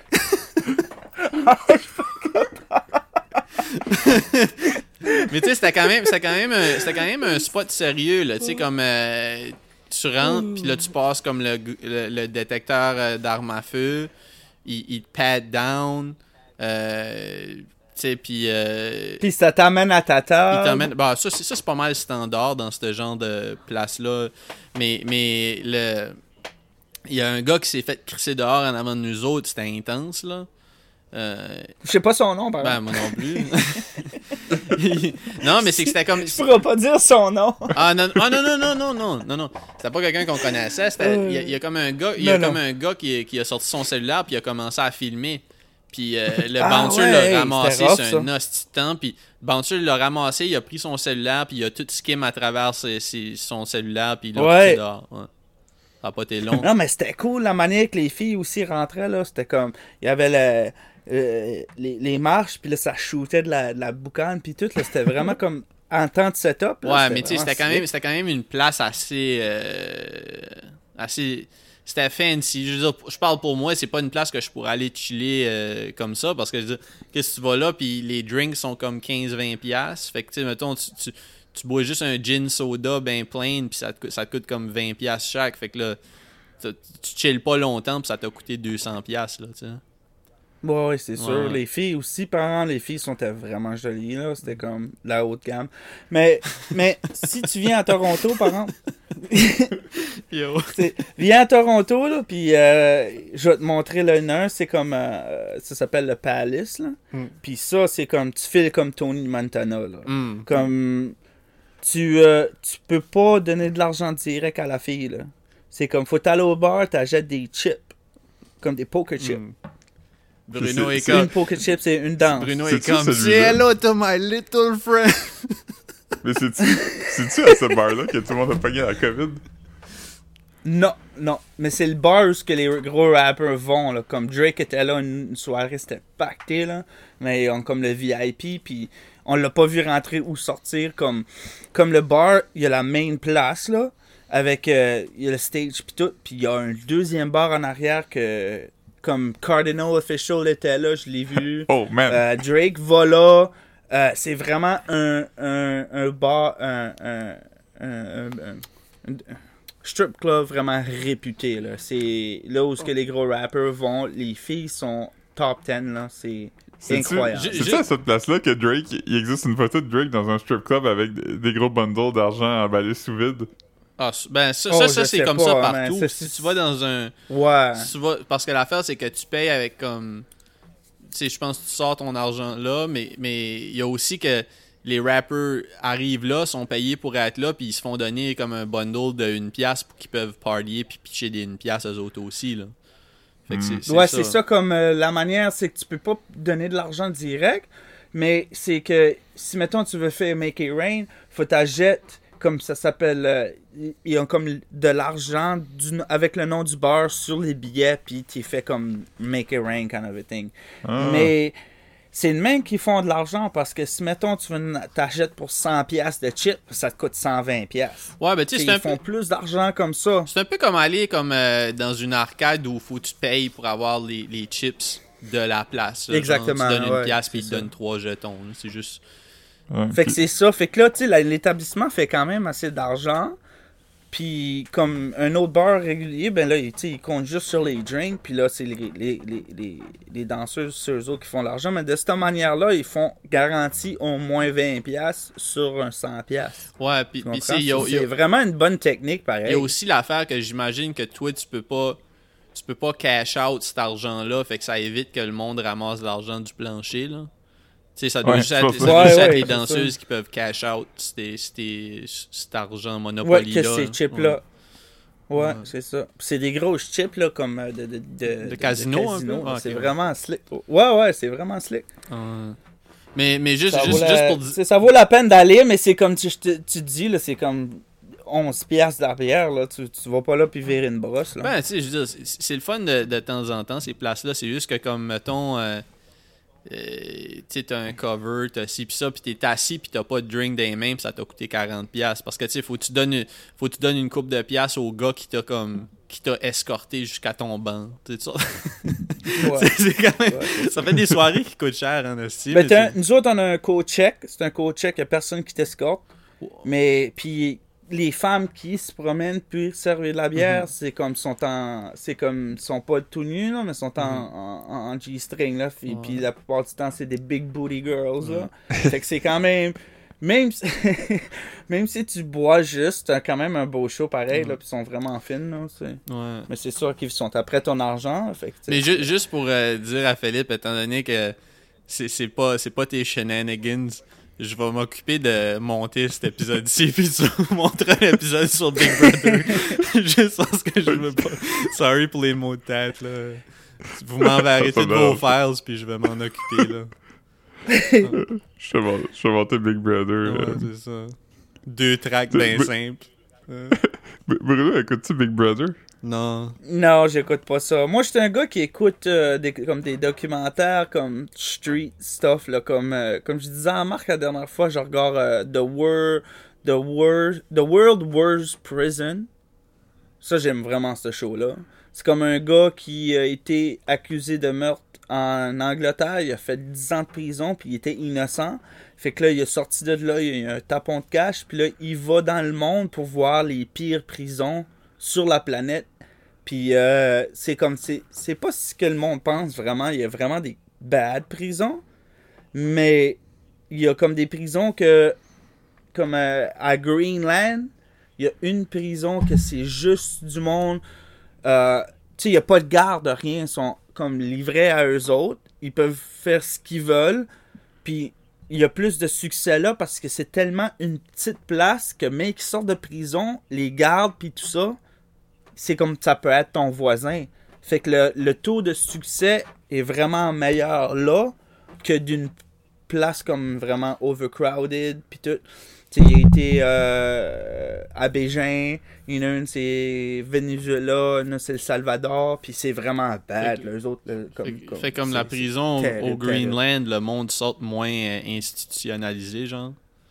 Mais tu sais, c'était quand même, c'était quand même, un, c'était quand même un spot sérieux là. Tu sais, comme euh, tu rentres, puis là tu passes comme le, gu- le, le détecteur euh, d'armes à feu, il, il te pat down, euh, tu sais, puis euh, Puis ça t'amène à ta il table. t'emmène. Bah, ça, c'est, ça, c'est pas mal standard dans ce genre de place-là. Mais, mais le. Il y a un gars qui s'est fait crisser dehors en avant de nous autres, c'était intense, là. Euh, Je sais pas son nom, par ben, exemple. moi non plus. Non, mais c'est que c'était comme. Je pourrais pas dire son nom. Ah non, ah, non, non, non, non, non, non, non. C'était pas quelqu'un qu'on connaissait. C'était, il, y a, il y a comme un gars, il y a Non, comme non. un gars qui, qui a sorti son cellulaire puis il a commencé à filmer. Puis euh, le Ah, bouncer ouais, l'a hey, ramassé c'était rough, sur un hostie de temps. Puis le bouncer l'a ramassé, il a pris son cellulaire puis il a tout skim à travers ses- ses- son cellulaire puis il l'a Ouais. poussé dehors. Ouais. Ça a pas été long. Non, mais c'était cool la manière que les filles aussi rentraient, là. C'était comme. Il y avait le. euh, les, les marches, puis là, ça shootait de la, de la boucane, puis tout, là. C'était vraiment comme. En temps de setup, là. Ouais, mais tu sais, vraiment c'était quand slick. même, c'était quand même une place assez, euh, assez, c'était fancy. Je veux dire, je parle pour moi, c'est pas une place que je pourrais aller chiller euh, comme ça, parce que je veux dire, qu'est-ce que tu vas là, puis les drinks sont comme quinze à vingt piastres. Fait que tu sais, mettons, tu, tu, tu bois juste un gin soda ben plein, puis ça te, coûte- ça te coûte comme vingt piastres chaque. Fait que là, tu, tu chilles pas longtemps, puis ça t'a coûté deux cents piastres, là, tu sais. Ouais, ouais, c'est sûr. Ouais. Les filles aussi, par exemple, les filles sont vraiment jolies, là. C'était comme la haute gamme. Mais, mais si tu viens à Toronto, par exemple, Yo. t'sais, viens à Toronto, là, puis euh, je vais te montrer le nain, c'est comme, euh, ça s'appelle le Palace, là. Mm. Puis ça, c'est comme, tu files comme Tony Montana, là. Mm. Comme, tu, euh, tu peux pas donner de l'argent direct à la fille, là. C'est comme, faut aller au bar, t'achètes des chips, comme des poker chips. Mm. Bruno C'est- est c'est Une comme, poker chip, c'est une danse. Bruno est C'est-tu comme, celui-là? say hello to my little friend. Mais c'est-tu, c'est-tu à ce bar-là que tout le monde a pogné la COVID? Non, non. Mais c'est le bar où ce que les gros rappers vont, là. Comme Drake était là une, une soirée, c'était pacté, là. Mais on comme le V I P, puis on l'a pas vu rentrer ou sortir. Comme, comme le bar, il y a la main place, là. avec euh, il y a le stage puis tout, puis il y a un deuxième bar en arrière que comme Cardinal Official était là, je l'ai vu. Oh man. Euh, Drake va là. Euh, c'est vraiment un, un, un bar, un, un, un, un, un, un strip club vraiment réputé. Là. C'est là où oh. que les gros rappers vont. Les filles sont top dix. Là. C'est, c'est incroyable. C'est ça, à cette place-là, que Drake, il existe une photo de Drake dans un strip club avec des gros bundles d'argent emballés sous vide. Ah, ben ça, oh, ça, ça c'est comme pas, ça partout. C'est... Si tu vas dans un... Ouais. Si tu vas... Parce que l'affaire, c'est que tu payes avec comme... Tu sais, je pense que tu sors ton argent là, mais mais il y a aussi que les rappers arrivent là, sont payés pour être là, puis ils se font donner comme un bundle de une pièce pour qu'ils peuvent partier puis pitcher des une pièce aux autres aussi, là. Fait que c'est, c'est ouais, ça. c'est ça comme euh, la manière, c'est que tu peux pas donner de l'argent direct, mais c'est que si, mettons, tu veux faire Make It Rain, faut t'achètes, comme ça s'appelle, euh, ils ont comme de l'argent du, avec le nom du bar sur les billets, puis tu fais comme Make It Rain kind of a thing. Ah. Mais c'est le même qui font de l'argent parce que si, mettons, tu veux, t'achètes pour cent piastres de chips, ça te coûte cent vingt piastres. Ouais, ben tu sais, c'est ils un font peu... plus d'argent comme ça. C'est un peu comme aller comme euh, dans une arcade où faut que tu payes pour avoir les, les chips de la place. Là. Exactement. Genre, tu donnes ouais, une pièce puis ils te ça. donnent trois jetons. Là. C'est juste... Ouais, fait puis... que c'est ça. Fait que là, tu sais, l'établissement fait quand même assez d'argent. Puis comme un autre bar régulier, ben là, tu sais, ils comptent juste sur les drinks. Puis là, c'est les, les, les, les, les danseuses, c'est eux autres qui font l'argent. Mais de cette manière-là, ils font garantie au moins vingt piastres sur un cent piastres. Ouais, puis c'est, y a, c'est y a, vraiment une bonne technique, pareil. Il y a aussi l'affaire que j'imagine que toi, tu peux pas... Tu peux pas cash out cet argent-là. Fait que ça évite que le monde ramasse l'argent du plancher, là. Tu sais, ça doit ouais, juste être, ça ouais, doit juste ouais, être les c'est danseuses ça. qui peuvent cash out c'était, c'était, cet argent Monopoly-là. Ouais, que ces chips-là. Ouais, ouais, ouais, c'est ça. C'est des grosses chips, là, comme de... De, de, de casino, de casino un peu? Ah, c'est okay, vraiment ouais. slick. Ouais, ouais, c'est vraiment slick. Euh... Mais, mais juste, ça juste, la... juste pour dire... Ça vaut la peine d'aller, mais c'est comme tu, tu, tu dis, là, c'est comme... onze piastres d'arrière, là, tu, tu vas pas là puis virer une brosse, là. Ben, tu sais, je veux dire, c'est, c'est le fun de, de temps en temps, ces places-là. C'est juste que, comme, mettons, euh, euh, tu sais, t'as un cover, t'as ci pis ça, pis t'es assis pis t'as pas de drink dans les mains pis ça t'a coûté quarante piastres. Parce que, tu sais, faut que tu donnes, faut que tu donnes une coupe de piastres au gars qui t'a, comme, qui t'a escorté jusqu'à ton banc. Tu sais, ça. Ouais. c'est, c'est quand même, ouais, ça fait des soirées qui coûtent cher, en hostie. Ben, un, nous autres, on a un co-check. C'est un co-check, il y a personne qui t'escorte. Wow. Mais, puis... les femmes qui se promènent puis servir de la bière, mm-hmm. c'est comme sont en c'est comme sont pas tout nus là, mais sont en, mm-hmm. en, en G-string là, puis, ouais. puis la plupart du temps c'est des big booty girls là. Ouais. Fait que c'est quand même même si, même si tu bois juste, t'as quand même un beau show pareil ouais. là, puis ils sont vraiment fines là, c'est. Ouais. Mais c'est sûr qu'ils sont après ton argent, fait que, mais ju- juste pour euh, dire à Philippe, étant donné que c'est c'est pas c'est pas tes shenanigans. Je vais m'occuper de monter cet épisode-ci puis tu vas montrer l'épisode sur Big Brother. Juste parce que je veux pas. Sorry pour les mots de tête, là. Vous m'enverrez tous vos files puis je vais m'en occuper, là. Je vais monter Big Brother. Ouais, euh... c'est ça. Deux tracks bien simples. Euh... Bruno, écoutes-tu Big Brother? Non. Non, j'écoute pas ça. Moi, je suis un gars qui écoute euh, des, comme des documentaires comme street stuff, là, comme, euh, comme je disais à Marc la dernière fois, je regarde euh, The, Wor- The, Wor- The World Worst Prison. Ça, j'aime vraiment ce show-là. C'est comme un gars qui a été accusé de meurtre en Angleterre. Il a fait dix ans de prison, puis il était innocent. Fait que là, il est sorti de là, il y a un tapon de cash, puis là, il va dans le monde pour voir les pires prisons sur la planète. Puis euh, c'est comme, c'est, c'est pas ce que le monde pense vraiment. Il y a vraiment des bad prisons. Mais il y a comme des prisons que, comme euh, à Greenland, il y a une prison que c'est juste du monde. Euh, tu sais, il n'y a pas de garde, rien. Ils sont comme livrés à eux autres. Ils peuvent faire ce qu'ils veulent. Puis il y a plus de succès là parce que c'est tellement une petite place que même qu'ils sortent de prison, les gardes puis tout ça, c'est comme ça peut être ton voisin. Fait que le, le taux de succès est vraiment meilleur là que d'une place comme vraiment overcrowded puis tout. T'sais, il a été euh, à Bégin, il y en a une c'est Venezuela, une c'est le Salvador, puis c'est vraiment bad. Fait, les autres, le, comme, fait, comme, fait comme la prison terrible, au Greenland, terrible. Le monde sort moins euh, institutionnalisé, genre.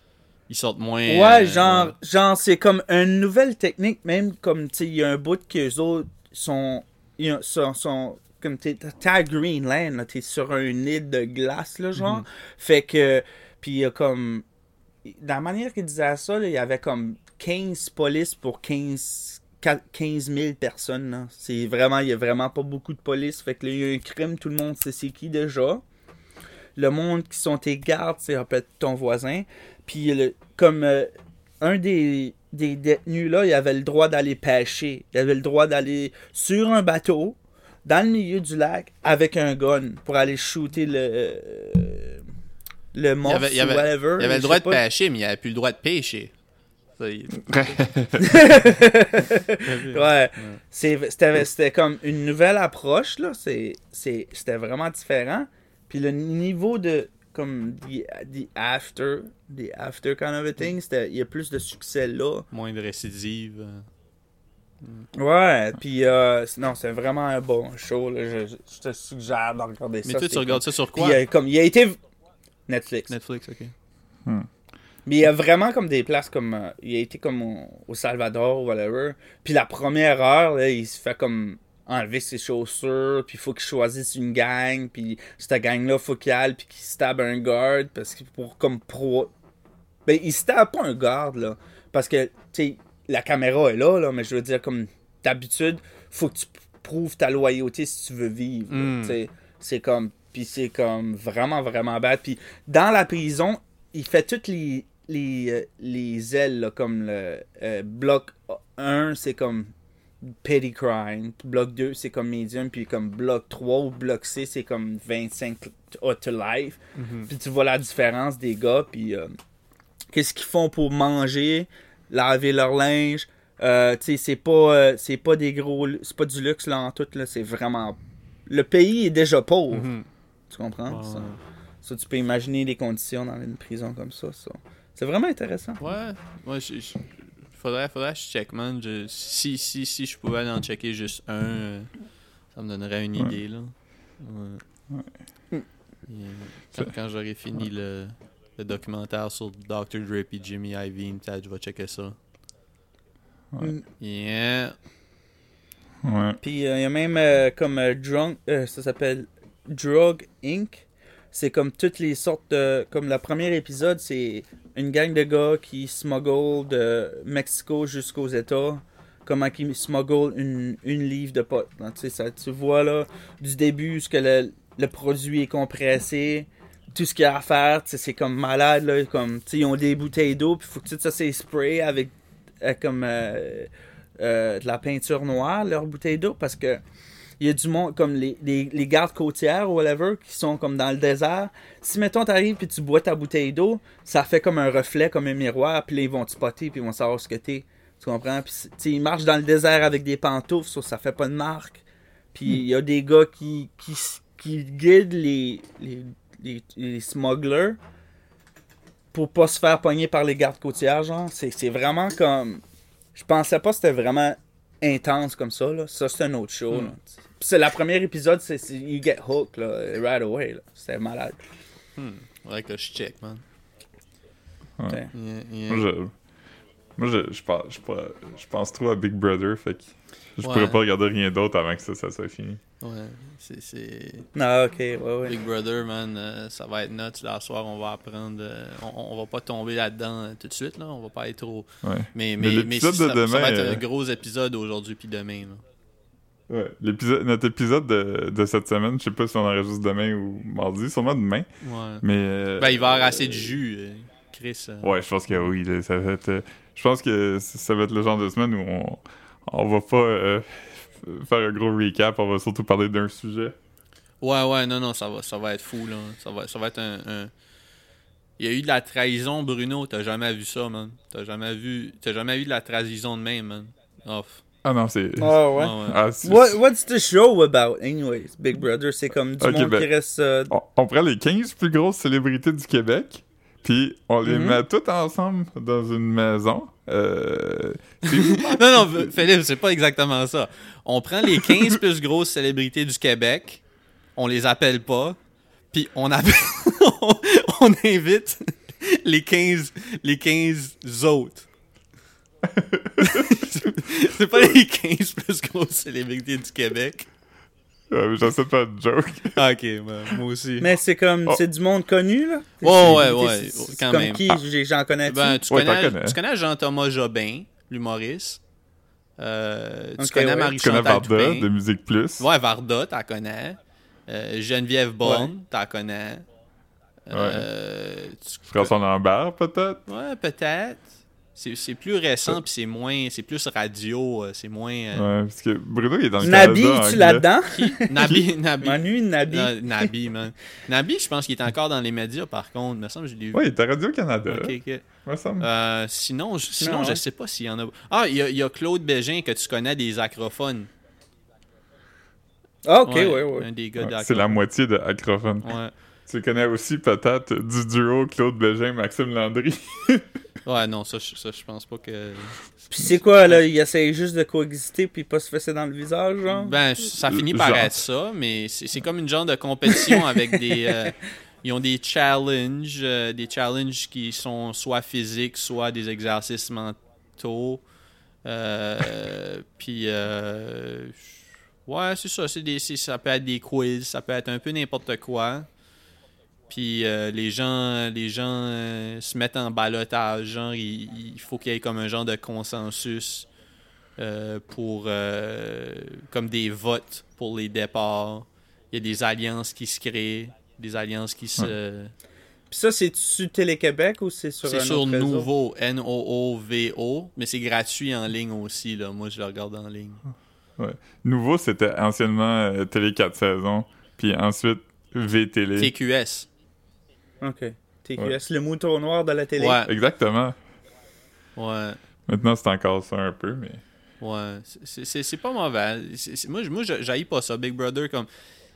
ils sortent moins... Ouais, euh, genre, ouais. genre c'est comme une nouvelle technique, même comme, tu sais, il y a un bout que les autres sont, ils ont- sont, sont comme, t'es t'es à Greenland, là, t'es sur une île de glace, là, genre. Mhm. Fait que, puis il y a comme, dans la manière qu'ils disaient ça, là, il y avait comme quinze polices pour quinze quinze mille personnes, là. C'est vraiment, il y a vraiment pas beaucoup de police. Fait que là, il y a un crime, tout le monde sait c'est qui déjà. Le monde qui sont tes gardes, c'est un peu ton voisin. Puis, le, comme euh, un des, des détenus, là, il avait le droit d'aller pêcher. Il avait le droit d'aller sur un bateau, dans le milieu du lac, avec un gun, pour aller shooter le, euh, le Il morse avait, il ou avait, whatever. il avait le je droit sais de pas. pêcher, mais il avait plus le droit de pêcher. Ça, il- Ouais. C'est- C'était c'était comme une nouvelle approche, là. C'est- c'est- C'était vraiment différent. Puis le niveau de comme the, the after, the after kind of a thing, c'était- il y a plus de succès là. Moins de récidive. euh. Ouais, puis euh, c'est- non, c'est vraiment un bon show, là. Je, je- je te suggère de regarder Mais ça. toi, c'est tu regardes cool. ça sur Puis quoi? il a, comme, il a été... Netflix. Netflix, ok. Mais il y a vraiment comme des places comme... euh, il a été comme au, au Salvador ou whatever. Puis la première heure, là, il se fait comme enlever ses chaussures, puis il faut qu'il choisisse une gang, puis cette gang-là, faut qu'il aille, puis qu'il stab un guard, parce que pour comme pro... Ben, il stab pas un guard, là, parce que, tu sais, la caméra est là, là, mais je veux dire, comme d'habitude, faut que tu prouves ta loyauté si tu veux vivre, là, Mm. tu sais. C'est comme... Puis c'est comme vraiment, vraiment bad. Puis dans la prison, il fait toutes les... les, euh, les ailes, là, comme le euh, bloc un, c'est comme petty crime, bloc deux, c'est comme medium, puis comme bloc trois ou bloc C, c'est comme vingt-cinq to life. Mhm. Puis tu vois la différence des gars, puis euh, qu'est-ce qu'ils font pour manger, laver leur linge. Euh, tu sais, c'est pas, euh, c'est pas des gros, c'est pas du luxe là en tout, là, c'est vraiment... Le pays est déjà pauvre, Mhm. tu comprends? Ouais. Ça, ça, tu peux imaginer les conditions dans une prison comme ça, ça. C'est vraiment intéressant. Ouais, moi, je, je- faudrait, faudrait que je check, man. Je- si, si, si je pouvais en checker juste un, euh, ça me donnerait une Ouais. idée, là. Ouais. Mm. Et, euh, quand, quand j'aurai fini le, le documentaire sur docteur Dre et Jimmy Iovine, peut-être je vais checker ça. Ouais. Mm. Yeah. Ouais. Puis il y a même euh, comme euh, Drunk, euh, ça s'appelle Drug Incorporated. C'est comme toutes les sortes de... Comme le premier épisode, c'est une gang de gars qui smuggle de Mexico jusqu'aux États. Comment ils smuggle une, une livre de pot. Donc, tu sais, ça, tu vois là, du début, ce que le, le produit est compressé, tout ce qu'il y a à faire, tu sais, c'est comme malade. Là, comme, tu sais, ils ont des bouteilles d'eau, puis il faut que tout ça c'est spray avec euh, comme euh, euh, de la peinture noire, leur bouteille d'eau, parce que il y a du monde, comme les, les, les gardes côtières ou whatever, qui sont comme dans le désert. Si, mettons, t'arrives puis tu bois ta bouteille d'eau, ça fait comme un reflet, comme un miroir, puis là, ils vont te spotter, puis ils vont savoir ce que t'es. Tu comprends? Puis, tu sais, ils marchent dans le désert avec des pantoufles, ça, ça fait pas de marque. Puis, il y a des gars qui, qui, qui guident les, les, les, les smugglers pour pas se faire pogner par les gardes côtières, genre. C'est, c'est vraiment comme... Je pensais pas que c'était vraiment intense comme ça, là. Ça, c'est un autre show, Mm. là. Puis c'est la première épisode, c'est, c'est you get hooked, là, right away, là. C'était malade. Hmm. Faudrait que je check, man. Ouais. T'sais. Yeah, yeah. Moi, je, moi je, je, pense, je, pense- je pense trop à Big Brother, fait que je Ouais. pourrais pas regarder rien d'autre avant que ça, ça soit fini. Ouais, c'est... c'est... Ah, ok, ouais, ouais. Big Brother, man, euh, ça va être nuts. Là, ce soir, on va apprendre. euh, on, on va pas tomber là-dedans euh, tout de suite, là. On va pas être trop. Ouais. Mais, Mais mais, mais, l'épisode si de ça, demain, ça va être euh, un gros épisode aujourd'hui puis demain, là. Ouais. L'épisode, notre épisode de, de cette semaine, je sais pas si on enregistre demain ou mardi, sûrement demain, Ouais. mais... euh, Ben, il va y avoir assez de jus, euh, Chris. euh. Ouais, je pense que oui. Là, ça va être, euh, je pense que ça ça va être le genre de semaine où on, on va pas euh, faire un gros recap, on va surtout parler d'un sujet. Ouais, ouais, non, non, ça va, ça va être fou, là. Ça va, ça va être un, un- Il y a eu de la trahison, Bruno. T'as jamais vu ça, man. T'as jamais vu... T'as jamais vu de la trahison de même, man. Off. Ah non, c'est... Ah, ouais. Ouais, ouais. Ah, c'est- What, what's the show about, anyways? Big Brother, c'est comme du Ok, monde ben- qui reste... euh, On, on prend les quinze plus grosses célébrités du Québec, puis on les Mhm. met toutes ensemble dans une maison. Euh, c'est- Non, non, F- Philippe, c'est pas exactement ça. On prend les quinze plus grosses célébrités du Québec, on les appelle pas, puis on appelle... on, on invite les quinze, les quinze autres. C'est pas les quinze plus grosses célébrités du Québec. Ouais, mais j'en sais pas de joke. Ah, ok, ben, moi aussi. Mais c'est comme, Oh. c'est du monde connu, là? Oh, C'est- ouais, c'est- ouais, c'est quand comme même. qui? J'ai- J'en connais Ben, tu, Ouais, t'en connais, connais. tu connais Jean-Thomas Jobin, l'humoriste. Euh, tu Ok, connais ouais. Tu connais Marie-Chantal Varda Toupin. de Musique Plus. Ouais, Varda, t'en connais. Euh, Geneviève Borne, t'en connais. Euh, tu- François Lambert, peut-être. Ouais, peut-être. C'est, c'est plus récent, puis c'est moins... C'est plus radio, euh, c'est moins... euh, Ouais, parce que Bruno, il est dans le Nabi, Canada tu anglais. là-dedans? Qui? Nabi, Nabi. Manu, Nabi. Non, Nabi, man. Nabi, je pense qu'il est encore dans les médias, par contre. Il me semble que je l'ai vu. Ouais, il est à Radio-Canada. Ok, ok. Me semble. Euh, sinon, je, sinon Non, je ouais. sais pas s'il y en a... Ah, il y a, il y a Claude Bégin, que tu connais, des acrophones. Ah, ok, ouais, ouais. Un des gars Ouais, d'acrophones. c'est la moitié de Acrophone. Ouais. Tu connais aussi peut-être du duo Claude Bégin, Maxime Landry. Ouais, non, ça, je- ça, je pense pas que... Puis c'est quoi, là? Il essaye juste de coexister puis pas se fesser dans le visage, genre? Ben, ça finit par Genre. être ça, mais c'est, c'est comme une genre de compétition avec des... euh, ils ont des challenges, euh, des challenges qui sont soit physiques, soit des exercices mentaux. Euh, puis, euh, ouais, c'est ça. C'est des, c'est- ça peut être des quiz, ça peut être un peu n'importe quoi. Puis euh, les gens, les gens euh, se mettent en ballottage. Genre, il, il faut qu'il y ait comme un genre de consensus euh, pour euh, comme des votes pour les départs. Il y a des alliances qui se créent, des alliances qui se... Puis ça, c'est-tu Télé-Québec ou c'est sur C'est un sur autre réseau? Nouveau, N O O V O, mais c'est gratuit en ligne aussi, là. Moi, je le regarde en ligne. Nouveau, c'était anciennement euh, Télé quatre saisons, puis ensuite V-Télé. T Q S. Ok. T Q S, le mouton noir de la télé. Ouais, Exactement. ouais, Maintenant, c'est encore ça un peu, mais... ouais. C'est- C'est c'est pas mauvais. C'est- c'est- moi, je- moi je- j'haïs pas ça. Big Brother, comme...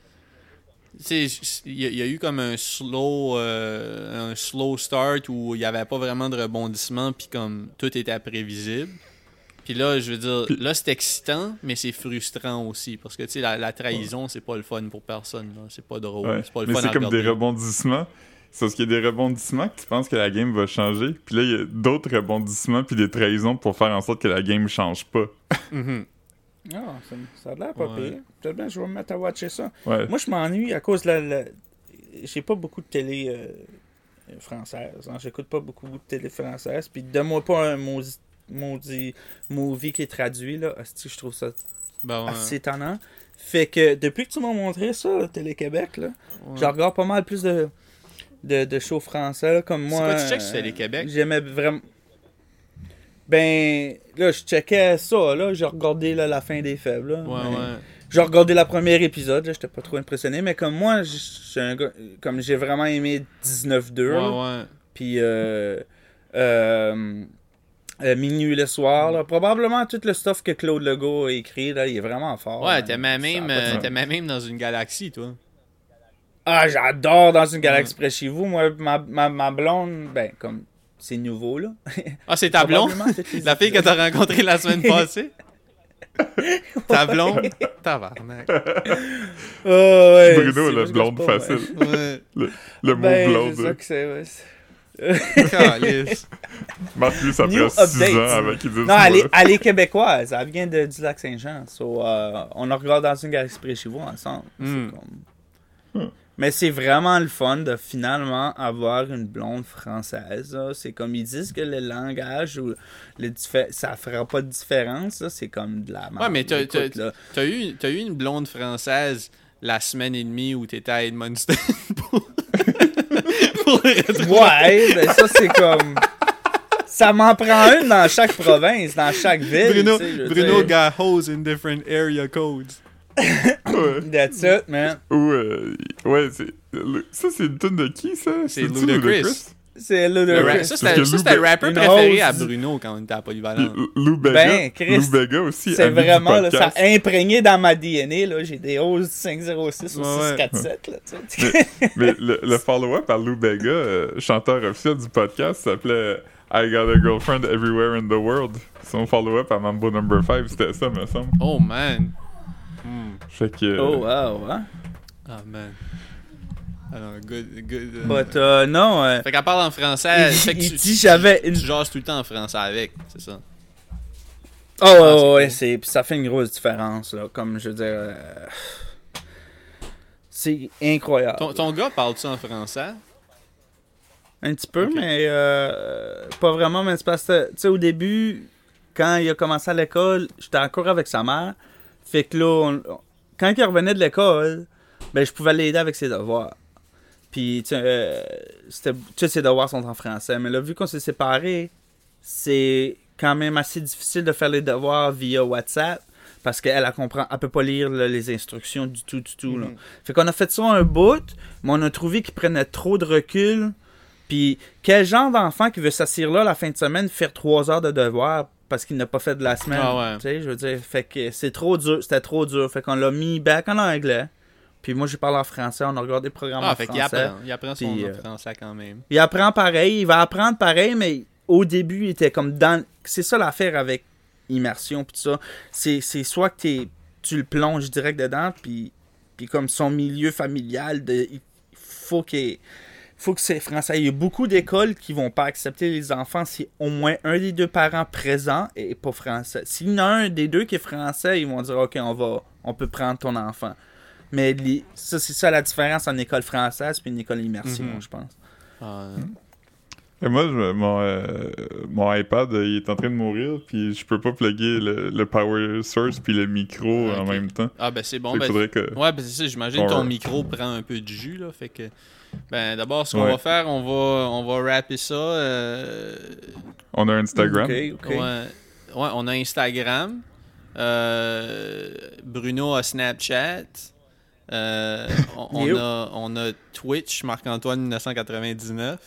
Tu sais, il y, a- il y a eu comme un slow, euh, un slow start où il y avait pas vraiment de rebondissement, puis comme tout était prévisible. Puis là, je veux dire, Puis- là, c'est excitant, mais c'est frustrant aussi. Parce que, tu sais, la, la trahison, c'est pas le fun pour personne. là. C'est pas drôle. Ouais. C'est pas le Mais fun c'est à comme regarder. des rebondissements. C'est parce qu'il y a des rebondissements que tu penses que la game va changer, puis là, il y a d'autres rebondissements puis des trahisons pour faire en sorte que la game change pas. Mhm. Ah, ça, ça a l'air pas Ouais. pire. Peut-être bien, je vais me mettre à watcher ça. Ouais. Moi, je m'ennuie à cause de la... la- J'ai pas beaucoup de télé euh, française. Hein. J'écoute pas beaucoup de télé française. Puis donne-moi pas un maudit, maudit movie qui est traduit, là. Asti, je trouve ça Ben ouais. assez étonnant. Fait que depuis que tu m'as montré ça, là, Télé-Québec, là, Ouais. je regarde pas mal plus de, de, de shows français, là, comme C'est moi. quoi tu checkes sur euh, Télé-Québec? J'aimais vraiment... Ben, là, je checkais ça, là, j'ai regardé là, la fin des faibles, là. Ouais, Ben, ouais. J'ai regardé la première épisode, là, j'étais pas trop impressionné, mais comme moi, je suis un gars, comme j'ai vraiment aimé dix-neuf deux, là, Ouais, ouais. puis euh, euh, euh, Minuit le soir, là, probablement tout le stuff que Claude Legault a écrit, là, il est vraiment fort. Ouais, man. t'aimais Ça a même, pas de euh, sens. t'aimais même dans une galaxie, toi. Ah, j'adore Dans une galaxie près de chez vous. Moi, ma, ma, ma blonde, ben, comme, c'est nouveau, là. Ah, c'est ta blonde? Probablement toutes les La fille que épisodes. t'as rencontrée la semaine passée? Ta blonde? Tabarnak. Oh, ouais, Bruno, c'est- le je blonde gosse pas, facile. Ouais. Le, le Ben, mot c'est ça blonde. que c'est, ouais. c'est- Calice. Marc, lui, ça New prend six updates. ans avant qu'il dise Non, ce elle est, mot-là. elle est québécoise. Elle vient de, du Lac-Saint-Jean. So, euh, on a regardé Dans une galaxie près de chez vous ensemble. C'est Mm. comme- Mais c'est vraiment le fun de finalement avoir une blonde française. là. C'est comme ils disent que le langage ou le diffé- ça fera pas de différence. là. C'est comme de la merde. Ouais, mais t'as- Écoute, t'as- là. T'as eu, t'as eu une blonde française la semaine et demie où t'étais à Edmundston pour... pour le retrouver. Ouais, ben ça c'est comme. Ça m'en prend une dans chaque province, dans chaque ville. Bruno, tu sais, je veux Bruno dire. got hoes in different area codes. Ouais. That's it, man. Ou, euh, ouais, c'est... le- Ça, c'est une tune de qui, ça? C'est C'est-tu Ludacris. C'est Le Ludacris. ra- ça, Parce c'était que ça, Lou c'était le Be- rapper Une préféré à hausse. Bruno quand on était à Puis Polyvalent. Lou Bega, Ben, Chris, Lou Bega aussi, C'est ami du vraiment, là, ça podcast. a imprégné dans ma D N A, là. J'ai des hausses cinq zéro six ou Ouais, ouais. six quatre sept, là, tu sais. Mais le, le follow-up par Lou Bega, euh, chanteur officiel du podcast, s'appelait I Got a Girlfriend Everywhere in the World. Son follow-up à Mambo Number five, c'était ça, me semble. Oh man. Hmm. Fait que... euh, Oh, wow, hein. Ah man. Alors, good, good. euh, But, euh, non. euh, Fait qu'elle parle en français. il fait que il tu, dit tu- j'avais tu, une. tu jases tout le temps en français avec, c'est ça. Oh, ouais, Ah, c'est ouais, ouais, cool. c'est, puis ça fait une grosse différence, là. Comme je veux dire. euh, C'est incroyable. Ton, ton gars parle-tu en français? Un petit peu, Ok. mais euh, pas vraiment. Mais c'est parce que, tu sais, au début, quand il a commencé à l'école, j'étais encore avec sa mère. Fait que là, on- quand il revenait de l'école, ben, je pouvais l'aider avec ses devoirs. Puis, tu sais, euh, c'était- tous ses devoirs sont en français. Mais là, vu qu'on s'est séparés, c'est quand même assez difficile de faire les devoirs via WhatsApp. Parce qu'elle, elle comprend, elle peut pas lire là, les instructions du tout, du tout. Là. Mhm. Fait qu'on a fait ça un bout, mais on a trouvé qu'il prenait trop de recul. Puis quel genre d'enfant qui veut s'asseoir là la fin de semaine, faire trois heures de devoirs parce qu'il n'a pas fait de la semaine? Ah ouais. Tu sais, je veux dire, fait que c'est trop dur, c'était trop dur. Fait qu'on l'a mis back en anglais. Puis moi, j'ai parlé en français, on a regardé des programmes Ah, en fait qu'il français. apprend. Il apprend son Puis, euh, français quand même. Il apprend pareil, il va apprendre pareil, mais au début, il était comme dans... C'est ça l'affaire avec immersion pis tout ça. C'est, c'est soit que t'es, tu le plonges direct dedans, puis, puis comme son milieu familial, de, il faut qu'il faut que c'est français. Il y a beaucoup d'écoles qui vont pas accepter les enfants si au moins un des deux parents présents est pas français. S'il y en a un des deux qui est français, ils vont dire « Ok, on va, on peut prendre ton enfant. » Mais les, ça, c'est ça la différence en école française puis une école immersion, Mhm. je pense. Ah, Et moi, je- mon, euh, mon iPad, euh, il est en train de mourir, puis je peux pas plugger le, le power source puis le micro en Ok. même temps. Ah, ben c'est bon. Il Ben, faudrait que... ouais, ben c'est ça. J'imagine que On- ton micro prend un peu de jus, là. Fait que. Ben, d'abord, ce qu'on Ouais. va faire, on va, on va rapper ça. euh, On a Instagram. Ok, ok. Ouais, ouais, on a Instagram. Euh, Bruno a Snapchat. Euh, on, on Yo. a, on a Twitch, Marc-Antoine dix-neuf cent quatre-vingt-dix-neuf.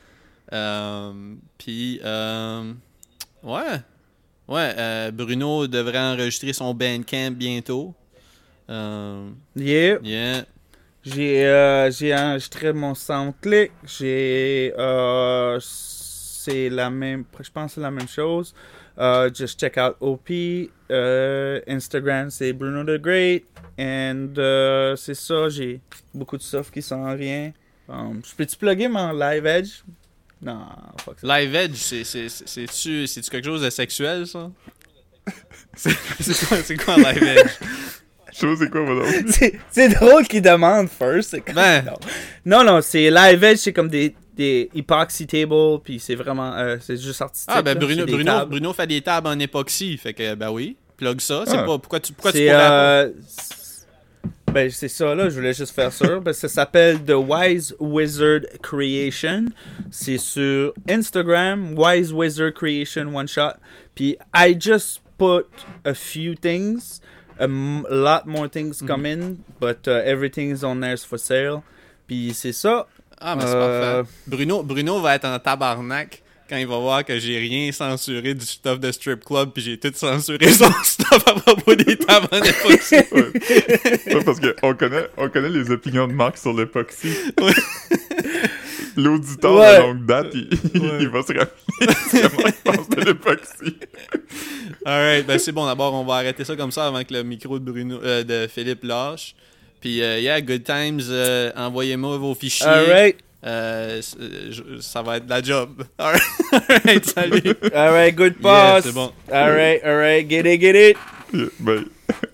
Euh, Puis, euh, ouais. Ouais, euh, Bruno devrait enregistrer son Bandcamp bientôt. Euh, Yeah. yeah. J'ai euh, j'ai enregistré mon SoundClick. J'ai euh, c'est la même, je pense que c'est la même chose. Uh, just check out O P. Uh, Instagram c'est Bruno the Great. And uh, c'est ça, j'ai beaucoup de stuff qui s'en vient. Um, je peux-tu plugger mon Live Edge? Non, fuck ça. Live Edge, c'est, c'est, c'est, c'est-tu, c'est-tu quelque chose de sexuel, ça? c'est, c'est, quoi, c'est quoi Live Edge? Je sais pas c'est quoi, madame. C'est c'est drôle qu'il demande first. C'est comme- Ben. non. non, non, c'est Live Edge, c'est comme des, des epoxy tables, puis c'est vraiment, euh, c'est juste artistique. Ah, ben là, Bruno, c'est des Bruno, tables. Bruno fait des tables en époxy, fait que, ben oui, plug ça. C'est Ah. pas, pourquoi tu, pourquoi tu C'est, pourrais pas? euh, c'est- ben, c'est ça, là, je voulais juste faire ça. Ben, ça s'appelle The Wise Wizard Creation. C'est sur Instagram, Wise Wizard Creation One Shot. Puis, I just put a few things. A m- lot more things Mhm. come in, but uh, everything's on there for sale. Puis, c'est ça. Ah, mais c'est euh, parfait. Bruno, Bruno va être en tabarnak quand il va voir que j'ai rien censuré du stuff de strip club, puis j'ai tout censuré son stuff à propos des tables en époxy. Ouais. Ouais, parce qu'on connaît, on connaît les opinions de Marc sur l'époxy. Ouais. L'auditeur Ouais. de longue date, il, Ouais. il va se rappeler comment il pense de l'époxy. Alright, ben c'est bon, d'abord on va arrêter ça comme ça avant que le micro de Bruno, euh, de Philippe lâche. Puis, euh, yeah, good times, euh, envoyez-moi vos fichiers. Alright. Euh, c- euh, je- ça va être de la job. Alright, alright, salut. Alright, good Yeah, pass. c'est bon. Alright, alright, get it, get it. Yeah, bye.